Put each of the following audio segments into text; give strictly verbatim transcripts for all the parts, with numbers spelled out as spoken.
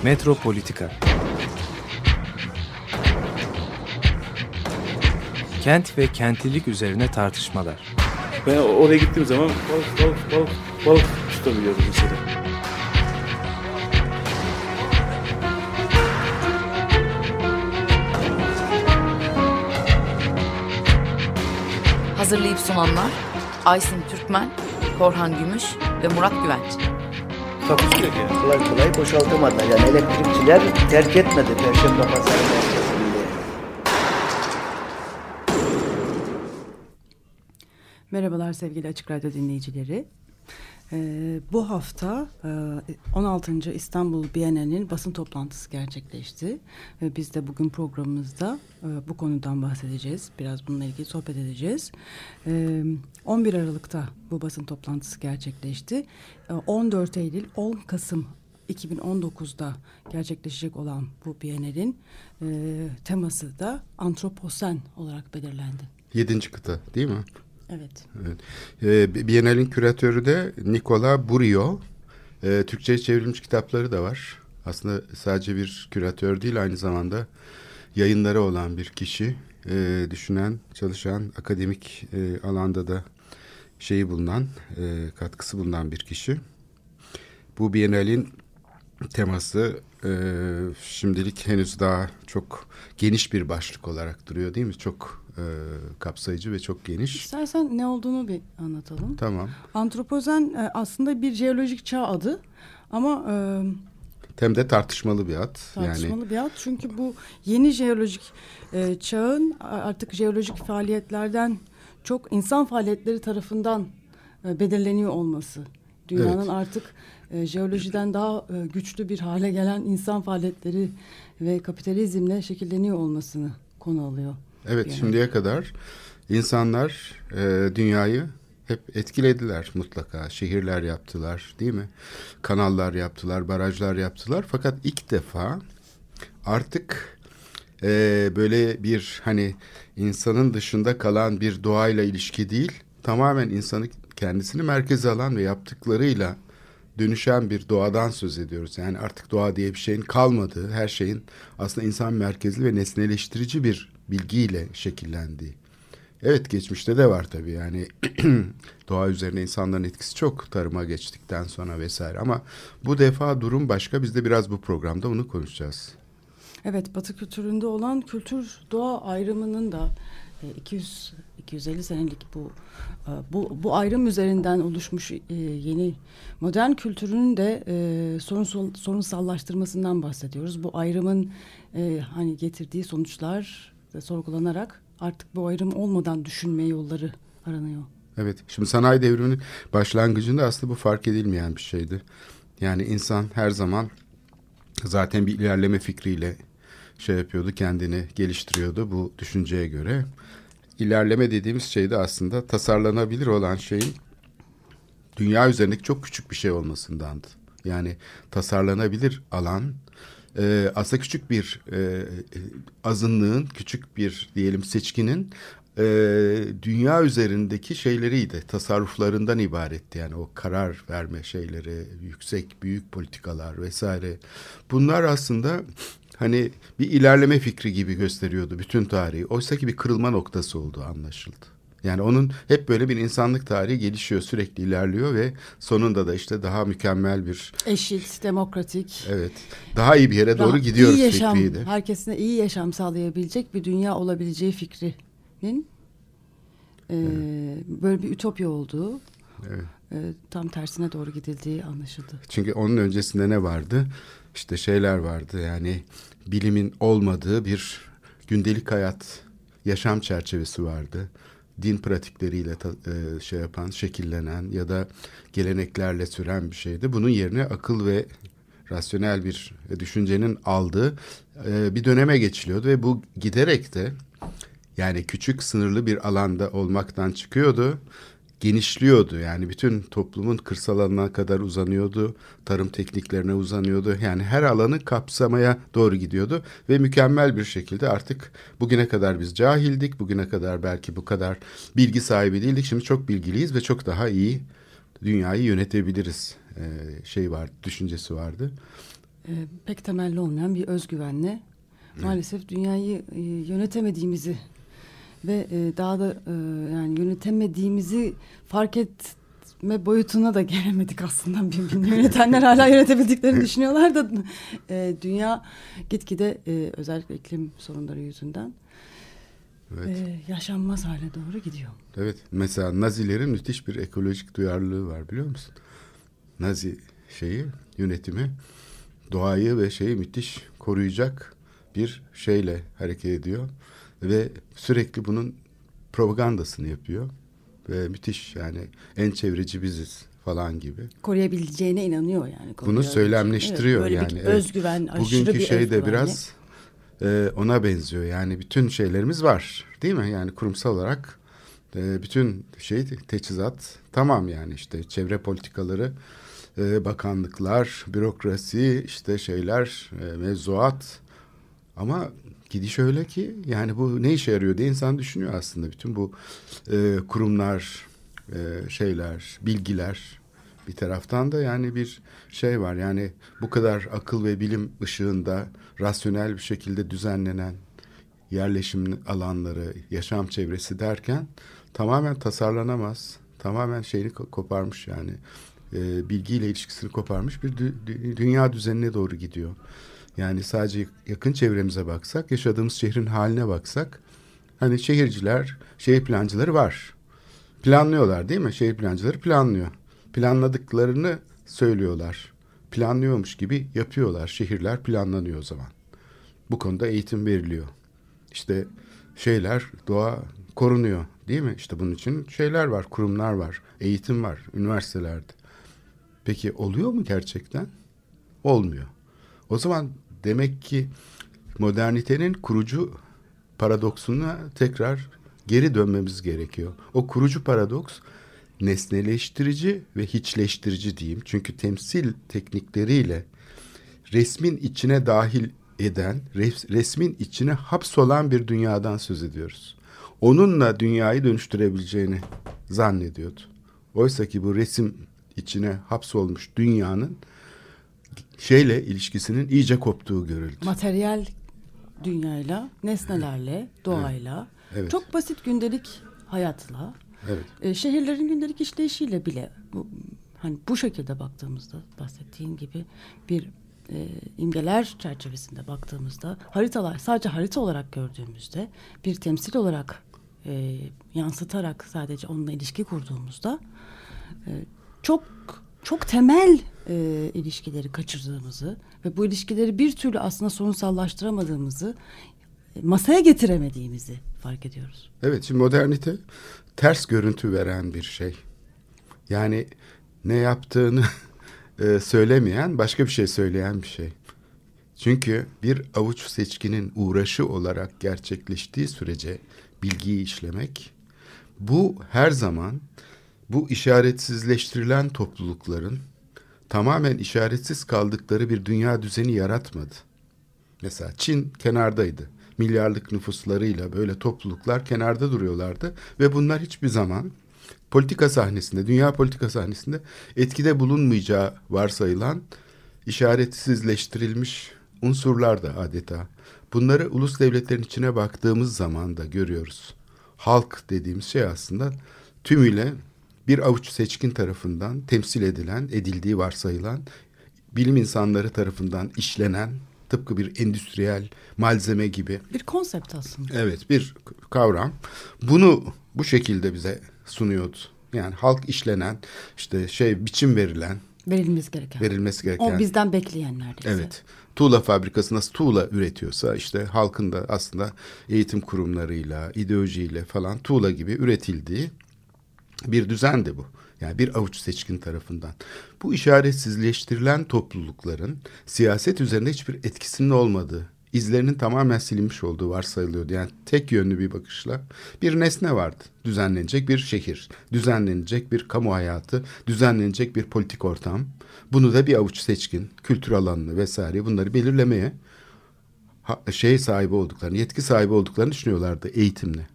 Metropolitika. Kent ve kentlilik üzerine tartışmalar. Ben oraya gittiğim zaman balık balık balık balık tutabiliyordum mesela. Hazırlayıp sunanlar Aysin Türkmen, Korhan Gümüş ve Murat Güvenç. Takusuyor yani. Kolay kolay boşaltamadılar. Yani elektrikçiler terk etmedi Perşembe Pazarı merkezinde. Merhabalar sevgili Açık Radyo dinleyicileri. Ee, bu hafta e, on altıncı İstanbul Bienali'nin basın toplantısı gerçekleşti. Ve biz de bugün programımızda e, bu konudan bahsedeceğiz. Biraz bununla ilgili sohbet edeceğiz. E, on bir Aralık'ta bu basın toplantısı gerçekleşti. E, on dört Eylül on Kasım iki bin on dokuzda gerçekleşecek olan bu Bienal'in e, teması da Antroposen olarak belirlendi. Yedinci kıta değil mi? Evet. Evet. Ee, Bienal'in küratörü de Nicola Burio. Ee, Türkçe'ye çevrilmiş kitapları da var. Aslında sadece bir küratör değil, aynı zamanda yayınları olan bir kişi. Ee, düşünen, çalışan, akademik e, alanda da şeyi bulunan, e, katkısı bulunan bir kişi. Bu Bienal'in teması e, şimdilik henüz daha çok geniş bir başlık olarak duruyor değil mi? Çok e, kapsayıcı ve çok geniş. İstersen ne olduğunu bir anlatalım. Tamam. Antropozen e, aslında bir jeolojik çağ adı ama e, hem de tartışmalı bir ad. tartışmalı yani... bir ad. Çünkü bu yeni jeolojik e, çağın artık jeolojik faaliyetlerden çok insan faaliyetleri tarafından e, belirleniyor olması. Dünyanın evet. artık e, jeolojiden daha e, güçlü bir hale gelen insan faaliyetleri ve kapitalizmle şekilleniyor olmasını konu alıyor. Evet, yani. Şimdiye kadar insanlar e, dünyayı hep etkilediler mutlaka. Şehirler yaptılar, değil mi? Kanallar yaptılar, barajlar yaptılar. Fakat ilk defa artık e, böyle bir hani insanın dışında kalan bir doğayla ilişki değil, tamamen insanı kendisini merkeze alan ve yaptıklarıyla dönüşen bir doğadan söz ediyoruz. Yani artık doğa diye bir şeyin kalmadığı, her şeyin aslında insan merkezli ve nesneleştirici bir bilgiyle şekillendiği. Evet, geçmişte de var tabii, yani doğa üzerine insanların etkisi çok, tarıma geçtikten sonra vesaire, ama bu defa durum başka. Biz de biraz bu programda bunu konuşacağız. Evet, Batı kültüründe olan kültür doğa ayrımının da iki yüz iki yüz elli senelik bu bu bu ayrım üzerinden oluşmuş yeni modern kültürün de sorunsal, sorunsallaştırmasından bahsediyoruz. Bu ayrımın hani getirdiği sonuçlar sorgulanarak artık bu ayrım olmadan düşünme yolları aranıyor. Evet, şimdi sanayi devriminin başlangıcında aslında bu fark edilmeyen bir şeydi. Yani insan her zaman zaten bir ilerleme fikriyle şey yapıyordu, kendini geliştiriyordu bu düşünceye göre. İlerleme dediğimiz şey de aslında tasarlanabilir olan şeyin dünya üzerindeki çok küçük bir şey olmasındandı. Yani tasarlanabilir alan e, aslında küçük bir e, azınlığın, küçük bir diyelim seçkinin e, dünya üzerindeki şeyleriydi, tasarruflarından ibaretti. Yani o karar verme şeyleri, yüksek, büyük politikalar vesaire. Bunlar aslında hani bir ilerleme fikri gibi gösteriyordu bütün tarihi. Oysa ki bir kırılma noktası olduğu anlaşıldı. Yani onun hep böyle bir insanlık tarihi gelişiyor, sürekli ilerliyor ve sonunda da işte daha mükemmel bir... Eşit, demokratik. Evet, daha iyi bir yere daha doğru gidiyoruz iyi yaşam, fikriydi. Herkesine iyi yaşam sağlayabilecek bir dünya olabileceği fikrinin e, evet. böyle bir ütopya olduğu, evet. e, tam tersine doğru gidildiği anlaşıldı. Çünkü onun öncesinde ne vardı? İşte şeyler vardı, yani bilimin olmadığı bir gündelik hayat, yaşam çerçevesi vardı. Din pratikleriyle ta, e, şey yapan, şekillenen ya da geleneklerle süren bir şeydi. Bunun yerine akıl ve rasyonel bir düşüncenin aldığı e, bir döneme geçiliyordu ve bu giderek de yani küçük, sınırlı bir alanda olmaktan çıkıyordu. Genişliyordu, yani bütün toplumun kırsal alanına kadar uzanıyordu, tarım tekniklerine uzanıyordu, yani her alanı kapsamaya doğru gidiyordu ve mükemmel bir şekilde artık bugüne kadar biz cahildik, bugüne kadar belki bu kadar bilgi sahibi değildik, şimdi çok bilgiliyiz ve çok daha iyi dünyayı yönetebiliriz ee, şey vardı, düşüncesi vardı. e, pek temelli olmayan bir özgüvenle maalesef dünyayı e, yönetemediğimizi ve e, daha da e, yani yönetemediğimizi fark etme boyutuna da gelemedik aslında. Birbirini yönetenler hala yönetebildiklerini düşünüyorlar da e, dünya gitgide e, özellikle iklim sorunları yüzünden Evet. e, yaşanmaz hale doğru gidiyor. Evet. Mesela Nazilerin müthiş bir ekolojik duyarlılığı var, biliyor musun? Nazi şeyi, yönetimi doğayı ve şeyi müthiş koruyacak bir şeyle hareket ediyor ve sürekli bunun propagandasını yapıyor ve müthiş, yani en çevreci biziz falan gibi. Koruyabileceğine inanıyor yani. Bunu söylemleştiriyor, evet, böyle yani. bir Evet. özgüven, aşırı Bugünkü bir şey de özgüvenle. biraz e, ona benziyor. Yani bütün şeylerimiz var, değil mi? Yani kurumsal olarak e, bütün şey teçhizat tamam, yani işte çevre politikaları, e, bakanlıklar, bürokrasi, işte şeyler, e, mevzuat. Ama gidiş öyle ki yani bu ne işe yarıyor diye insan düşünüyor aslında. Bütün bu e, kurumlar, e, şeyler, bilgiler, bir taraftan da yani bir şey var. Yani bu kadar akıl ve bilim ışığında rasyonel bir şekilde düzenlenen yerleşim alanları, yaşam çevresi derken tamamen tasarlanamaz. Tamamen şeyini koparmış, yani e, bilgiyle ilişkisini koparmış bir dü- dü- dünya düzenine doğru gidiyor. Yani sadece yakın çevremize baksak, yaşadığımız şehrin haline baksak, hani şehirciler, şehir plancıları var. Planlıyorlar, değil mi? Şehir plancıları planlıyor. Planladıklarını söylüyorlar. Planlıyormuş gibi yapıyorlar. Şehirler planlanıyor o zaman. Bu konuda eğitim veriliyor. İşte şeyler, doğa korunuyor, değil mi? İşte bunun için şeyler var, kurumlar var, eğitim var, üniversitelerde. Peki oluyor mu gerçekten? Olmuyor. O zaman demek ki modernitenin kurucu paradoksuna tekrar geri dönmemiz gerekiyor. O kurucu paradoks nesneleştirici ve hiçleştirici diyeyim. Çünkü temsil teknikleriyle resmin içine dahil eden, res, resmin içine hapsolan bir dünyadan söz ediyoruz. Onunla dünyayı dönüştürebileceğini zannediyordu. Oysa ki bu resim içine hapsolmuş dünyanın şeyle ilişkisinin iyice koptuğu görüldü. Materyal dünyayla, nesnelerle, doğayla, Evet. Evet. çok basit gündelik hayatla, Evet. e, şehirlerin gündelik işleyişiyle bile bu, hani bu şekilde baktığımızda bahsettiğin gibi bir e, imgeler çerçevesinde baktığımızda, haritalar sadece harita olarak gördüğümüzde, bir temsil olarak e, yansıtarak sadece onunla ilişki kurduğumuzda e, çok çok temel e, ilişkileri kaçırdığımızı ve bu ilişkileri bir türlü aslında sorunsallaştıramadığımızı, e, masaya getiremediğimizi fark ediyoruz. Evet, şimdi modernite ters görüntü veren bir şey. Yani ne yaptığını e, söylemeyen, başka bir şey söyleyen bir şey. Çünkü bir avuç seçkinin uğraşı olarak gerçekleştiği sürece bilgiyi işlemek, bu her zaman bu işaretsizleştirilen toplulukların tamamen işaretsiz kaldıkları bir dünya düzeni yaratmadı. Mesela Çin kenardaydı. Milyarlık nüfuslarıyla böyle topluluklar kenarda duruyorlardı ve bunlar hiçbir zaman politika sahnesinde, dünya politika sahnesinde etkide bulunmayacağı varsayılan işaretsizleştirilmiş unsurlar da adeta. Bunları ulus devletlerin içine baktığımız zaman da görüyoruz. Halk dediğimiz şey aslında tümüyle bir avuç seçkin tarafından temsil edilen, edildiği varsayılan, bilim insanları tarafından işlenen, tıpkı bir endüstriyel malzeme gibi. Bir konsept aslında. Evet, bir kavram. Bunu bu şekilde bize sunuyordu. Yani halk işlenen, işte şey biçim verilen, Verilmesi gereken. verilmesi gereken. O bizden bekleyen neredeyse. Evet. Tuğla fabrikası nasıl tuğla üretiyorsa, işte halkın da aslında eğitim kurumlarıyla, ideolojiyle falan tuğla gibi üretildiği bir düzen de bu. Yani bir avuç seçkin tarafından. Bu işaretsizleştirilen toplulukların siyaset üzerinde hiçbir etkisinin olmadığı, izlerinin tamamen silinmiş olduğu varsayılıyordu. Yani tek yönlü bir bakışla bir nesne vardı. Düzenlenecek bir şehir, düzenlenecek bir kamu hayatı, düzenlenecek bir politik ortam. Bunu da bir avuç seçkin, kültür alanını vesaire bunları belirlemeye şey sahibi olduklarını, yetki sahibi olduklarını düşünüyorlardı eğitimle.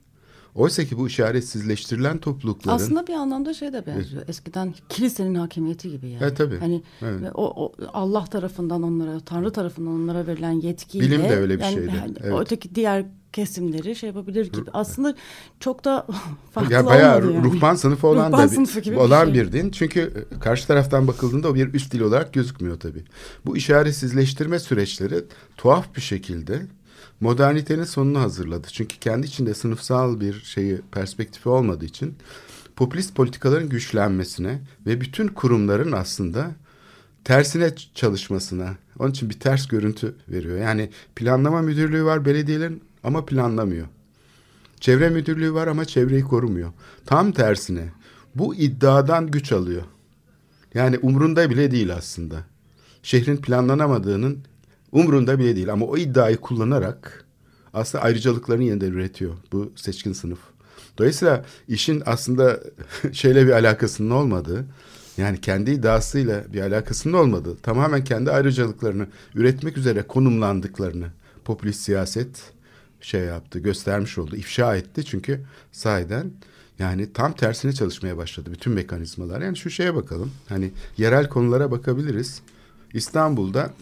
Oysa ki bu işaretsizleştirilen toplulukların... Aslında bir anlamda şey de benziyor. Eskiden kilisenin hakimiyeti gibi yani. Evet, tabii. Hani Evet. o, o Allah tarafından onlara, Tanrı tarafından onlara verilen yetkiyle... Bilim de öyle bir yani, şeydi. Yani Evet. öteki diğer kesimleri şey yapabilir gibi. Aslında çok da farklı Ya bayağı olmadı yani. ruhban sınıfı olan Ruhban da sınıfı gibi bir, bir olan şey. bir din. Çünkü karşı taraftan bakıldığında o bir üst dil olarak gözükmüyor tabii. Bu işaretsizleştirme süreçleri tuhaf bir şekilde modernitenin sonunu hazırladı. Çünkü kendi içinde sınıfsal bir şeyi, perspektifi olmadığı için popülist politikaların güçlenmesine ve bütün kurumların aslında tersine çalışmasına, onun için bir ters görüntü veriyor. Yani planlama müdürlüğü var belediyelerin ama planlamıyor. Çevre müdürlüğü var ama çevreyi korumuyor. Tam tersine bu iddiadan güç alıyor. Yani umrunda bile değil aslında. Şehrin planlanamadığının umrunda bile değil ama o iddiayı kullanarak aslında ayrıcalıklarını yeniden üretiyor bu seçkin sınıf. Dolayısıyla işin aslında şeyle bir alakasının olmadığı, yani kendi iddiasıyla bir alakasının olmadığı, tamamen kendi ayrıcalıklarını üretmek üzere konumlandıklarını popülist siyaset şey yaptı, göstermiş oldu, ifşa etti. Çünkü sahiden yani tam tersine çalışmaya başladı bütün mekanizmalar. Yani şu şeye bakalım, hani yerel konulara bakabiliriz. İstanbul'da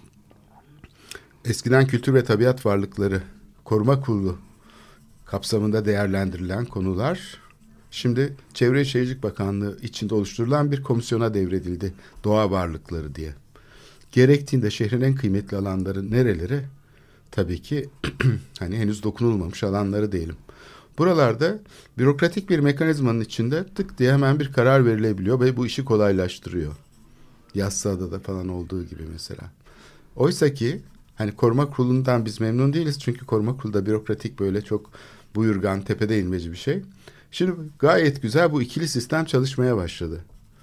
eskiden Kültür ve Tabiat Varlıkları Koruma Kurulu kapsamında değerlendirilen konular şimdi Çevre Şehircilik Bakanlığı içinde oluşturulan bir komisyona devredildi. Doğa varlıkları diye. Gerektiğinde şehrin en kıymetli alanları nereleri? Tabii ki hani henüz dokunulmamış alanları diyelim. Buralarda bürokratik bir mekanizmanın içinde tık diye hemen bir karar verilebiliyor ve bu işi kolaylaştırıyor. Yassıada da falan olduğu gibi mesela. Oysa ki hani koruma kurulundan biz memnun değiliz. Çünkü koruma kurulu da bürokratik böyle çok buyurgan, tepede inmeci bir şey. Şimdi gayet güzel bu ikili sistem çalışmaya başladı.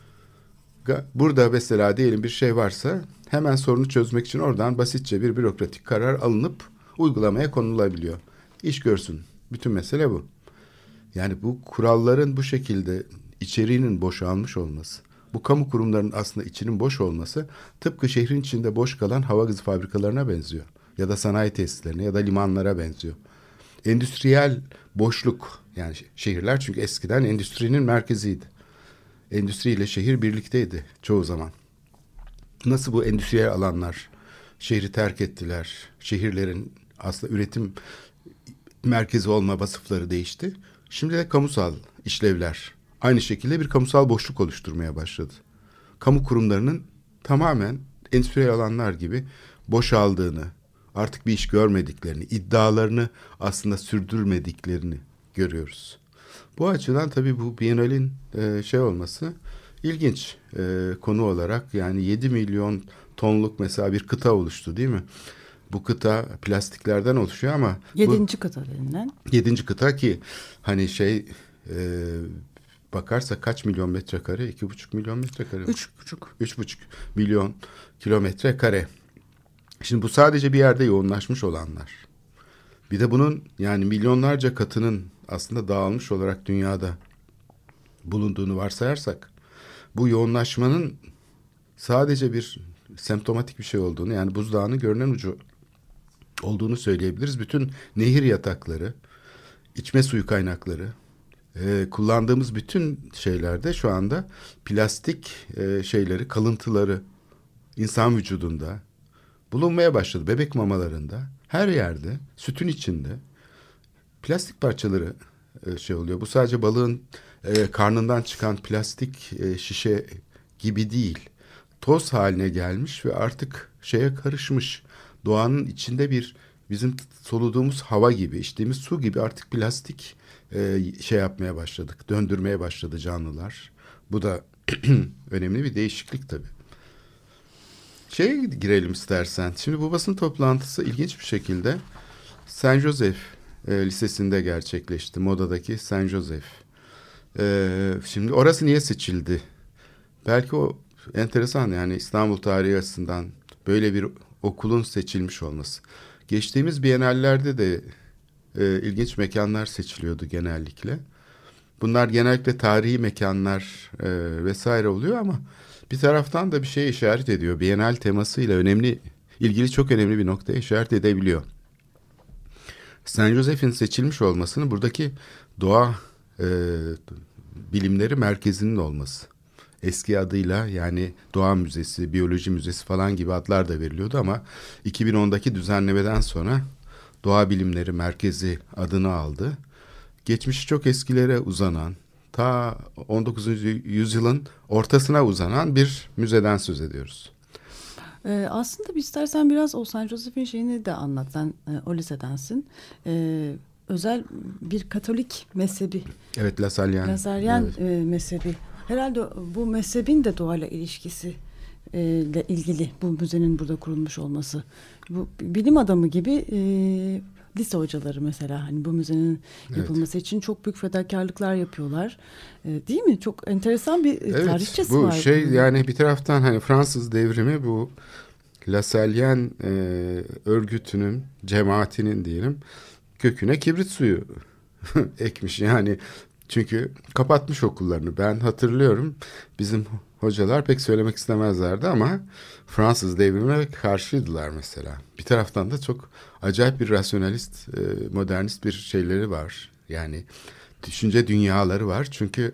Burada mesela diyelim bir şey varsa hemen sorunu çözmek için oradan basitçe bir bürokratik karar alınıp uygulamaya konulabiliyor. İş görsün. Bütün mesele bu. Yani bu kuralların bu şekilde içeriğinin boşalmış olması, bu kamu kurumlarının aslında içinin boş olması tıpkı şehrin içinde boş kalan hava gazı fabrikalarına benziyor. Ya da sanayi tesislerine ya da limanlara benziyor. Endüstriyel boşluk, yani şehirler çünkü eskiden endüstrinin merkeziydi. Endüstriyle şehir birlikteydi çoğu zaman. Nasıl bu endüstriyel alanlar şehri terk ettiler, şehirlerin aslında üretim merkezi olma vasıfları değişti. Şimdi de kamusal işlevler aynı şekilde bir kamusal boşluk oluşturmaya başladı. Kamu kurumlarının tamamen endüstriyel alanlar gibi boşaldığını, artık bir iş görmediklerini, iddialarını aslında sürdürmediklerini görüyoruz. Bu açıdan tabii bu Bienal'in e, şey olması ilginç e, konu olarak. Yani yedi milyon tonluk mesela bir kıta oluştu değil mi? Bu kıta plastiklerden oluşuyor ama... Yedinci kıta denilen. Yedinci kıta ki hani şey e, bakarsa kaç milyon metrekare? İki buçuk milyon metrekare. Üç buçuk. Üç buçuk milyon kilometre kare. Şimdi bu sadece bir yerde yoğunlaşmış olanlar. Bir de bunun yani milyonlarca katının aslında dağılmış olarak dünyada bulunduğunu varsayarsak bu yoğunlaşmanın sadece bir semptomatik bir şey olduğunu, yani buzdağının görünen ucu olduğunu söyleyebiliriz. Bütün nehir yatakları, içme suyu kaynakları, e, kullandığımız bütün şeylerde şu anda plastik e, şeyleri, kalıntıları insan vücudunda bulunmaya başladı. Bebek mamalarında, her yerde, sütün içinde plastik parçaları e, şey oluyor. Bu sadece balığın e, karnından çıkan plastik e, şişe gibi değil. Toz haline gelmiş ve artık şeye karışmış. Doğanın içinde bir bizim soluduğumuz hava gibi, içtiğimiz su gibi artık plastik e, şey yapmaya başladık. Döndürmeye başladı canlılar. Bu da önemli bir değişiklik tabii. Şeye girelim istersen. Şimdi bu basın toplantısı ilginç bir şekilde Saint Joseph e, Lisesi'nde gerçekleşti. Moda'daki Saint Joseph. E, şimdi orası niye seçildi? Belki o enteresan, yani İstanbul tarihi açısından böyle bir okulun seçilmiş olması. Geçtiğimiz Bienallerde de e, ilginç mekanlar seçiliyordu genellikle. Bunlar genellikle tarihi mekanlar e, vesaire oluyor ama bir taraftan da bir şeye işaret ediyor. Bienal temasıyla önemli, ilgili çok önemli bir noktaya işaret edebiliyor. Saint Joseph'in seçilmiş olmasının buradaki doğa e, bilimleri merkezinin olması. Eski adıyla yani Doğa Müzesi, Biyoloji Müzesi falan gibi adlar da veriliyordu ama iki bin ondaki düzenlemeden sonra Doğa Bilimleri Merkezi adını aldı. Geçmişi çok eskilere uzanan, ta on dokuzuncu yüzyılın ortasına uzanan bir müzeden söz ediyoruz. Ee, aslında istersen biraz o Saint Joseph'in şeyini de anlat. Sen e, o lisedensin. Ee, özel bir Katolik mezhebi. Evet, La Salle. La Salle evet. e, mezhebi. Herhalde bu mezhebin de doğayla ilişkisi e, ile ilgili bu müzenin burada kurulmuş olması. Bu bilim adamı gibi e, lise hocaları mesela hani bu müzenin yapılması evet. için çok büyük fedakarlıklar yapıyorlar. E, değil mi? Çok enteresan bir evet, tarihçesi bu var. Bu şey yani bir taraftan hani Fransız devrimi bu La Sallienne e, örgütünün, cemaatinin diyelim köküne kibrit suyu ekmiş yani. Çünkü kapatmış okullarını. Ben hatırlıyorum bizim hocalar pek söylemek istemezlerdi ama Fransız devrimine karşıydılar mesela. Bir taraftan da çok acayip bir rasyonalist, modernist bir şeyleri var. Yani düşünce dünyaları var. Çünkü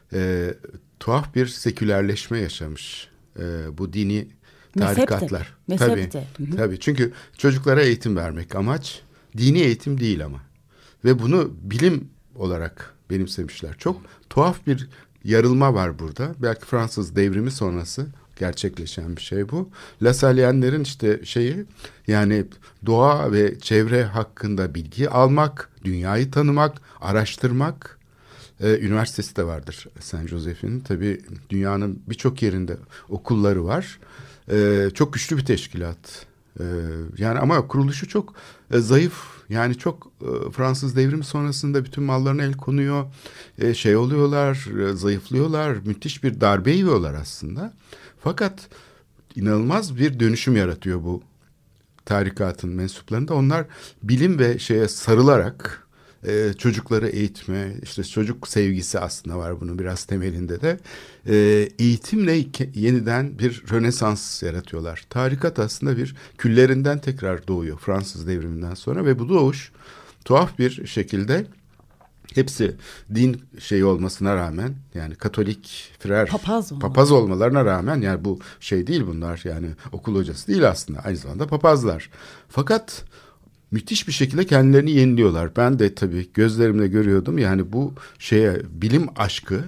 e, tuhaf bir sekülerleşme yaşamış e, bu dini tarikatlar. Tabii, tabii. Çünkü çocuklara eğitim vermek amaç. Dini eğitim değil ama. Ve bunu bilim olarak benimsemişler. Çok tuhaf bir yarılma var burada. Belki Fransız devrimi sonrası gerçekleşen bir şey bu. La Sallienne'lerin işte şeyi yani doğa ve çevre hakkında bilgi almak, dünyayı tanımak, araştırmak. Ee, üniversitesi de vardır Saint Joseph'in. Tabii dünyanın birçok yerinde okulları var. Ee, çok güçlü bir teşkilat. Ee, yani ama kuruluşu çok e, zayıf. Yani çok e, Fransız devrimi sonrasında bütün mallarına el konuyor. E, şey oluyorlar, e, zayıflıyorlar. Müthiş bir darbe yiyorlar aslında. Fakat inanılmaz bir dönüşüm yaratıyor bu tarikatın mensuplarında. Onlar bilim ve şeye sarılarak e, çocukları eğitme, işte çocuk sevgisi aslında var bunun biraz temelinde de. E, eğitimle yeniden bir rönesans yaratıyorlar. Tarikat aslında bir küllerinden tekrar doğuyor Fransız devriminden sonra ve bu doğuş tuhaf bir şekilde hepsi din şeyi olmasına rağmen yani Katolik, Frer, papaz, papaz olmalarına rağmen yani bu şey değil bunlar yani okul hocası değil aslında aynı zamanda papazlar. Fakat müthiş bir şekilde kendilerini yeniliyorlar. Ben de tabii gözlerimle görüyordum yani bu şeye bilim aşkı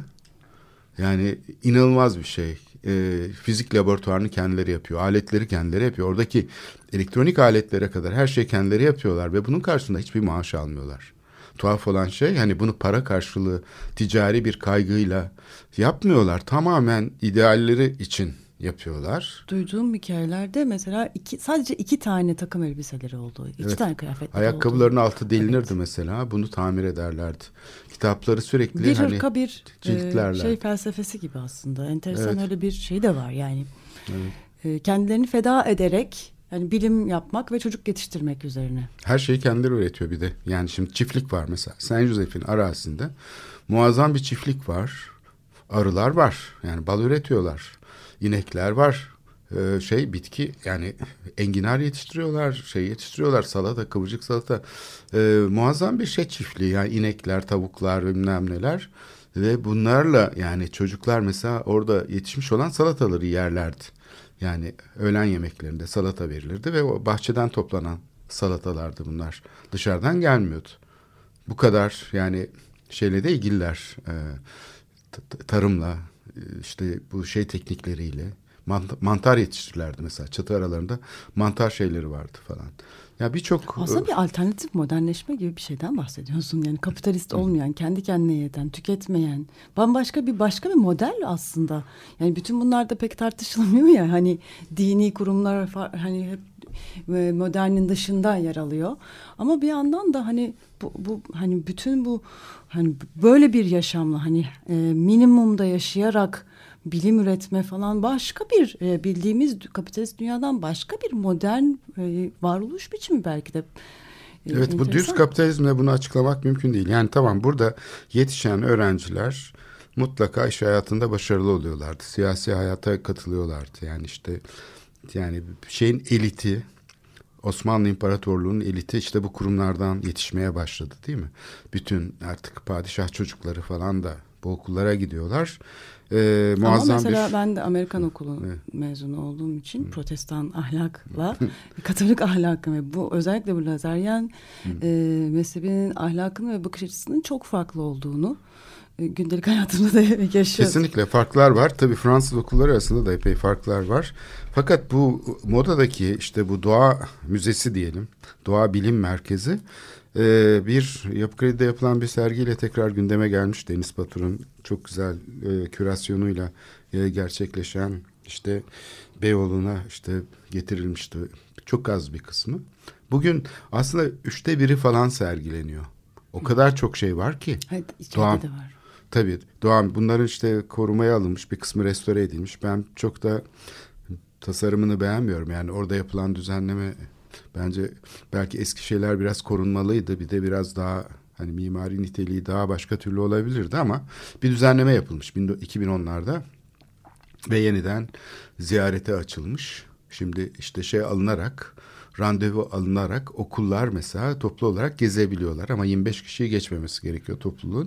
yani inanılmaz bir şey. E, fizik laboratuvarını kendileri yapıyor. Aletleri kendileri yapıyor. Oradaki elektronik aletlere kadar her şeyi kendileri yapıyorlar ve bunun karşılığında hiçbir maaş almıyorlar. Tuhaf olan şey hani bunu para karşılığı ticari bir kaygıyla yapmıyorlar. Tamamen idealleri için yapıyorlar. Duyduğum hikayelerde mesela iki, sadece iki tane takım elbiseleri oldu. İki evet. tane kıyafetleri Ayakkabıların oldu. altı delinirdi evet. mesela. Bunu tamir ederlerdi. Kitapları sürekli bir hani ırka bir ciltlerler. şey felsefesi gibi aslında. Enteresan evet. öyle bir şey de var yani. Evet. Kendilerini feda ederek yani bilim yapmak ve çocuk yetiştirmek üzerine. Her şeyi kendileri üretiyor bir de. Yani şimdi çiftlik var mesela. Saint Joseph'in arazisinde muazzam bir çiftlik var. Arılar var. Yani bal üretiyorlar. İnekler var. Ee, şey bitki yani enginar yetiştiriyorlar. Şey yetiştiriyorlar. Salata, kıvırcık salata. Ee, muazzam bir şey çiftliği. Yani inekler, tavuklar bilmem neler. Ve bunlarla yani çocuklar mesela orada yetişmiş olan salataları yerlerdi. Yani öğlen yemeklerinde salata verilirdi ve o bahçeden toplanan salatalardı bunlar. Dışarıdan gelmiyordu. Bu kadar yani şeyle de ilgililer. E, tarımla işte bu şey teknikleriyle mantar yetiştirirlerdi mesela. Çatı aralarında mantar şeyleri vardı falan. Ya birçok aslında bir alternatif modernleşme gibi bir şeyden bahsediyorsun. Yani kapitalist olmayan, kendi kendine yeten, tüketmeyen, bambaşka bir başka bir model aslında. Yani bütün bunlar da pek tartışılmıyor ya. Hani dini kurumlar hani hep modernin dışında yer alıyor. Ama bir yandan da hani bu, bu hani bütün bu hani böyle bir yaşamla hani e, minimumda yaşayarak bilim üretme falan başka bir e, bildiğimiz kapitalist dünyadan başka bir modern e, varoluş biçimi belki de. E, evet enteresan. Bu düz kapitalizmle bunu açıklamak mümkün değil. Yani tamam burada yetişen öğrenciler mutlaka iş hayatında başarılı oluyorlardı. Siyasi hayata katılıyorlardı. Yani işte yani şeyin eliti Osmanlı İmparatorluğu'nun eliti işte bu kurumlardan yetişmeye başladı değil mi? Bütün artık padişah çocukları falan da bu okullara gidiyorlar. Ee, muazzam Ama mesela bir... ben de Amerikan okulu Evet. mezunu olduğum için protestan ahlakla Katolik ahlakı ve bu özellikle bu Lazaryen e, mezhebinin ahlakının ve bakış açısının çok farklı olduğunu e, gündelik hayatımda da yaşıyoruz. Kesinlikle farklar var. Tabii Fransız okulları arasında da epey farklar var. Fakat bu Moda'daki işte bu doğa müzesi diyelim, doğa bilim merkezi e, bir Yapı Kredi'de yapılan bir sergiyle tekrar gündeme gelmiş. Deniz Batur'un çok güzel e, kürasyonuyla e, gerçekleşen işte Beyoğlu'na işte getirilmişti. Çok az bir kısmı. Bugün aslında üçte biri falan sergileniyor. O kadar çok şey var ki. Evet, içeride Doğa, de var. Tabii. Doğan bunların işte korumaya alınmış, bir kısmı restore edilmiş. Ben çok da tasarımını beğenmiyorum. Yani orada yapılan düzenleme bence belki eski şeyler biraz korunmalıydı. Bir de biraz daha hani mimari niteliği daha başka türlü olabilirdi ama bir düzenleme yapılmış iki bin onlarda ve yeniden ziyarete açılmış. Şimdi işte şey alınarak, randevu alınarak okullar mesela toplu olarak gezebiliyorlar ama yirmi beş kişiyi geçmemesi gerekiyor topluluğun.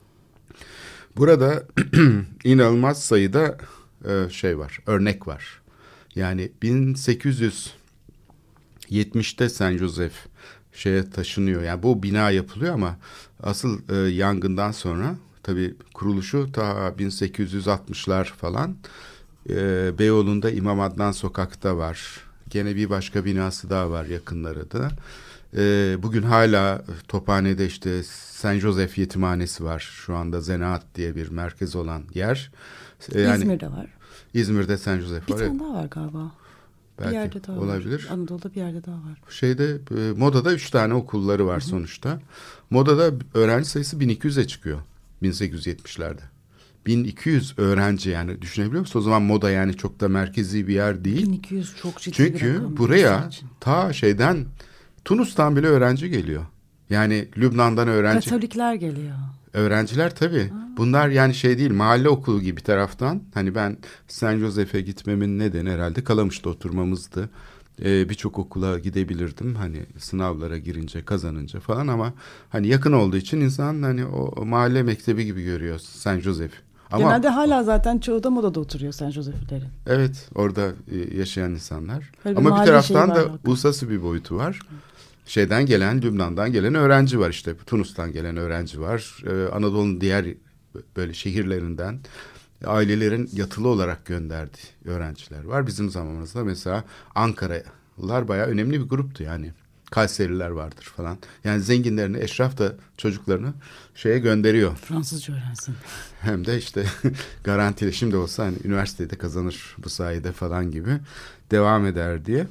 Burada inanılmaz sayıda e, şey var, örnek var. Yani bin sekiz yüz yetmişte Saint Joseph şeye taşınıyor. Yani bu bina yapılıyor ama asıl e, yangından sonra tabii kuruluşu ta bin sekiz yüz altmışlar falan. E, Beyoğlu'nda İmam Adnan Sokak'ta var. Gene bir başka binası daha var yakınları da. E, bugün hala Tophane'de işte Saint Joseph Yetimhanesi var. Şu anda Zanaat diye bir merkez olan yer. E, yani, İzmir'de var. İzmir'de Saint Joseph Bir var. tane daha var galiba. Belki bir yerde daha olabilir. var. Anadolu'da bir yerde daha var. Şeyde e, Moda'da üç tane okulları var, hı hı, sonuçta. Moda'da öğrenci sayısı bin iki yüze çıkıyor bin sekiz yüz yetmişlerde. bin iki yüz öğrenci, yani düşünebiliyor musun? O zaman Moda yani çok da merkezi bir yer değil. bin iki yüz çok ciddi bir Çünkü rakam. buraya ta şeyden Tunus'tan bile öğrenci geliyor. Yani Lübnan'dan öğrenci. Katolikler geliyor. Öğrenciler tabii. Aa. Bunlar yani şey değil, mahalle okulu gibi bir taraftan. Hani ben Saint Joseph'e gitmemin nedeni herhalde Kalamış'ta oturmamızdı. Ee, birçok okula gidebilirdim. Hani sınavlara girince, kazanınca falan ama hani yakın olduğu için insan hani o, o mahalle mektebi gibi görüyor Saint Joseph. Ama, genelde hala zaten çoğu da Moda'da oturuyor Saint Joseph'lerin. Evet, orada yaşayan insanlar. Böyle ama bir bir taraftan da hakikaten uluslararası bir boyutu var. Şeyden gelen, Lübnan'dan gelen öğrenci var işte. Tunus'tan gelen öğrenci var. Ee, Anadolu'nun diğer böyle şehirlerinden ailelerin yatılı olarak gönderdiği öğrenciler var. Bizim zamanımızda mesela Ankaralılar bayağı önemli bir gruptu yani. Kayseriler vardır falan. Yani zenginlerini, eşraf da çocuklarını şeye gönderiyor. Fransızca öğrensin. Hem de işte garantili şimdi olsa hani üniversitede kazanır bu sayede falan gibi devam eder diye.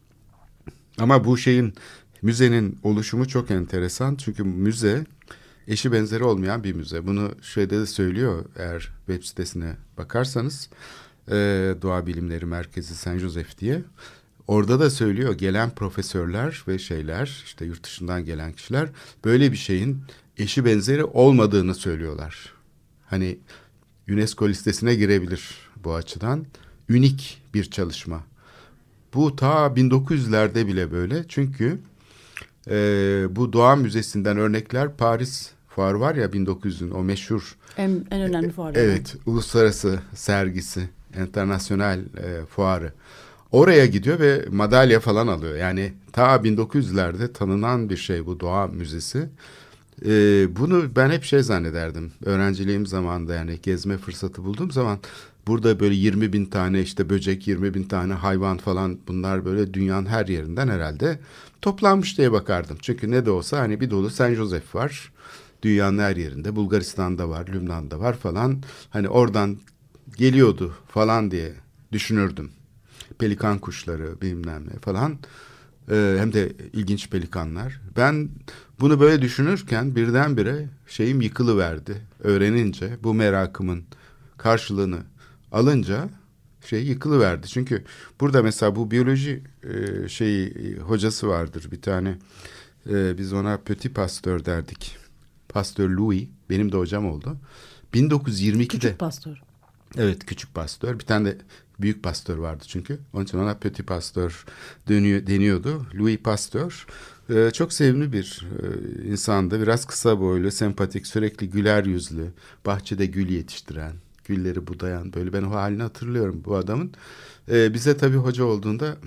Ama bu şeyin, müzenin oluşumu çok enteresan. Çünkü müze eşi benzeri olmayan bir müze. Bunu şeyde de söylüyor eğer web sitesine bakarsanız. E, Doğa Bilimleri Merkezi Saint Joseph diye. Orada da söylüyor gelen profesörler ve şeyler, işte yurt dışından gelen kişiler böyle bir şeyin eşi benzeri olmadığını söylüyorlar. Hani UNESCO listesine girebilir bu açıdan. Ünik bir çalışma. Bu ta bin dokuz yüzlerde bile böyle. Çünkü e, bu Doğa Müzesi'nden örnekler, Paris Fuarı var ya bin dokuz yüzün o meşhur. En, en önemli fuarı. Evet, yani. Uluslararası sergisi, internasyonel e, fuarı. Oraya gidiyor ve madalya falan alıyor. Yani ta bin dokuz yüzlerde tanınan bir şey bu Doğa Müzesi. Ee, bunu ben hep şey zannederdim. Öğrenciliğim zamanında yani gezme fırsatı bulduğum zaman burada böyle yirmi bin tane işte böcek, yirmi bin tane hayvan falan, bunlar böyle dünyanın her yerinden herhalde toplanmış diye bakardım. Çünkü ne de olsa hani bir dolu Saint Joseph var. Dünyanın her yerinde, Bulgaristan'da var, Lübnan'da var falan. Hani oradan geliyordu falan diye düşünürdüm. Pelikan kuşları bilmem ne falan. Ee, hem de ilginç pelikanlar. Ben bunu böyle düşünürken birdenbire şeyim yıkılıverdi. Öğrenince, bu merakımın karşılığını alınca şey yıkılıverdi. Çünkü burada mesela bu biyoloji e, şeyi hocası vardır bir tane. E, biz ona Petit Pasteur derdik. Pasteur Louis benim de hocam oldu. bin dokuz yüz yirmi ikide. Küçük Pasteur. Evet, küçük Pasteur. Bir tane de Büyük Pasteur vardı çünkü. Onun için ona Petit Pasteur dönüyor, deniyordu. Louis Pasteur. Ee, çok sevimli bir e, insandı. Biraz kısa boylu, sempatik, sürekli güler yüzlü. Bahçede gül yetiştiren, gülleri budayan. Böyle ben o halini hatırlıyorum bu adamın. Ee, bize tabii hoca olduğunda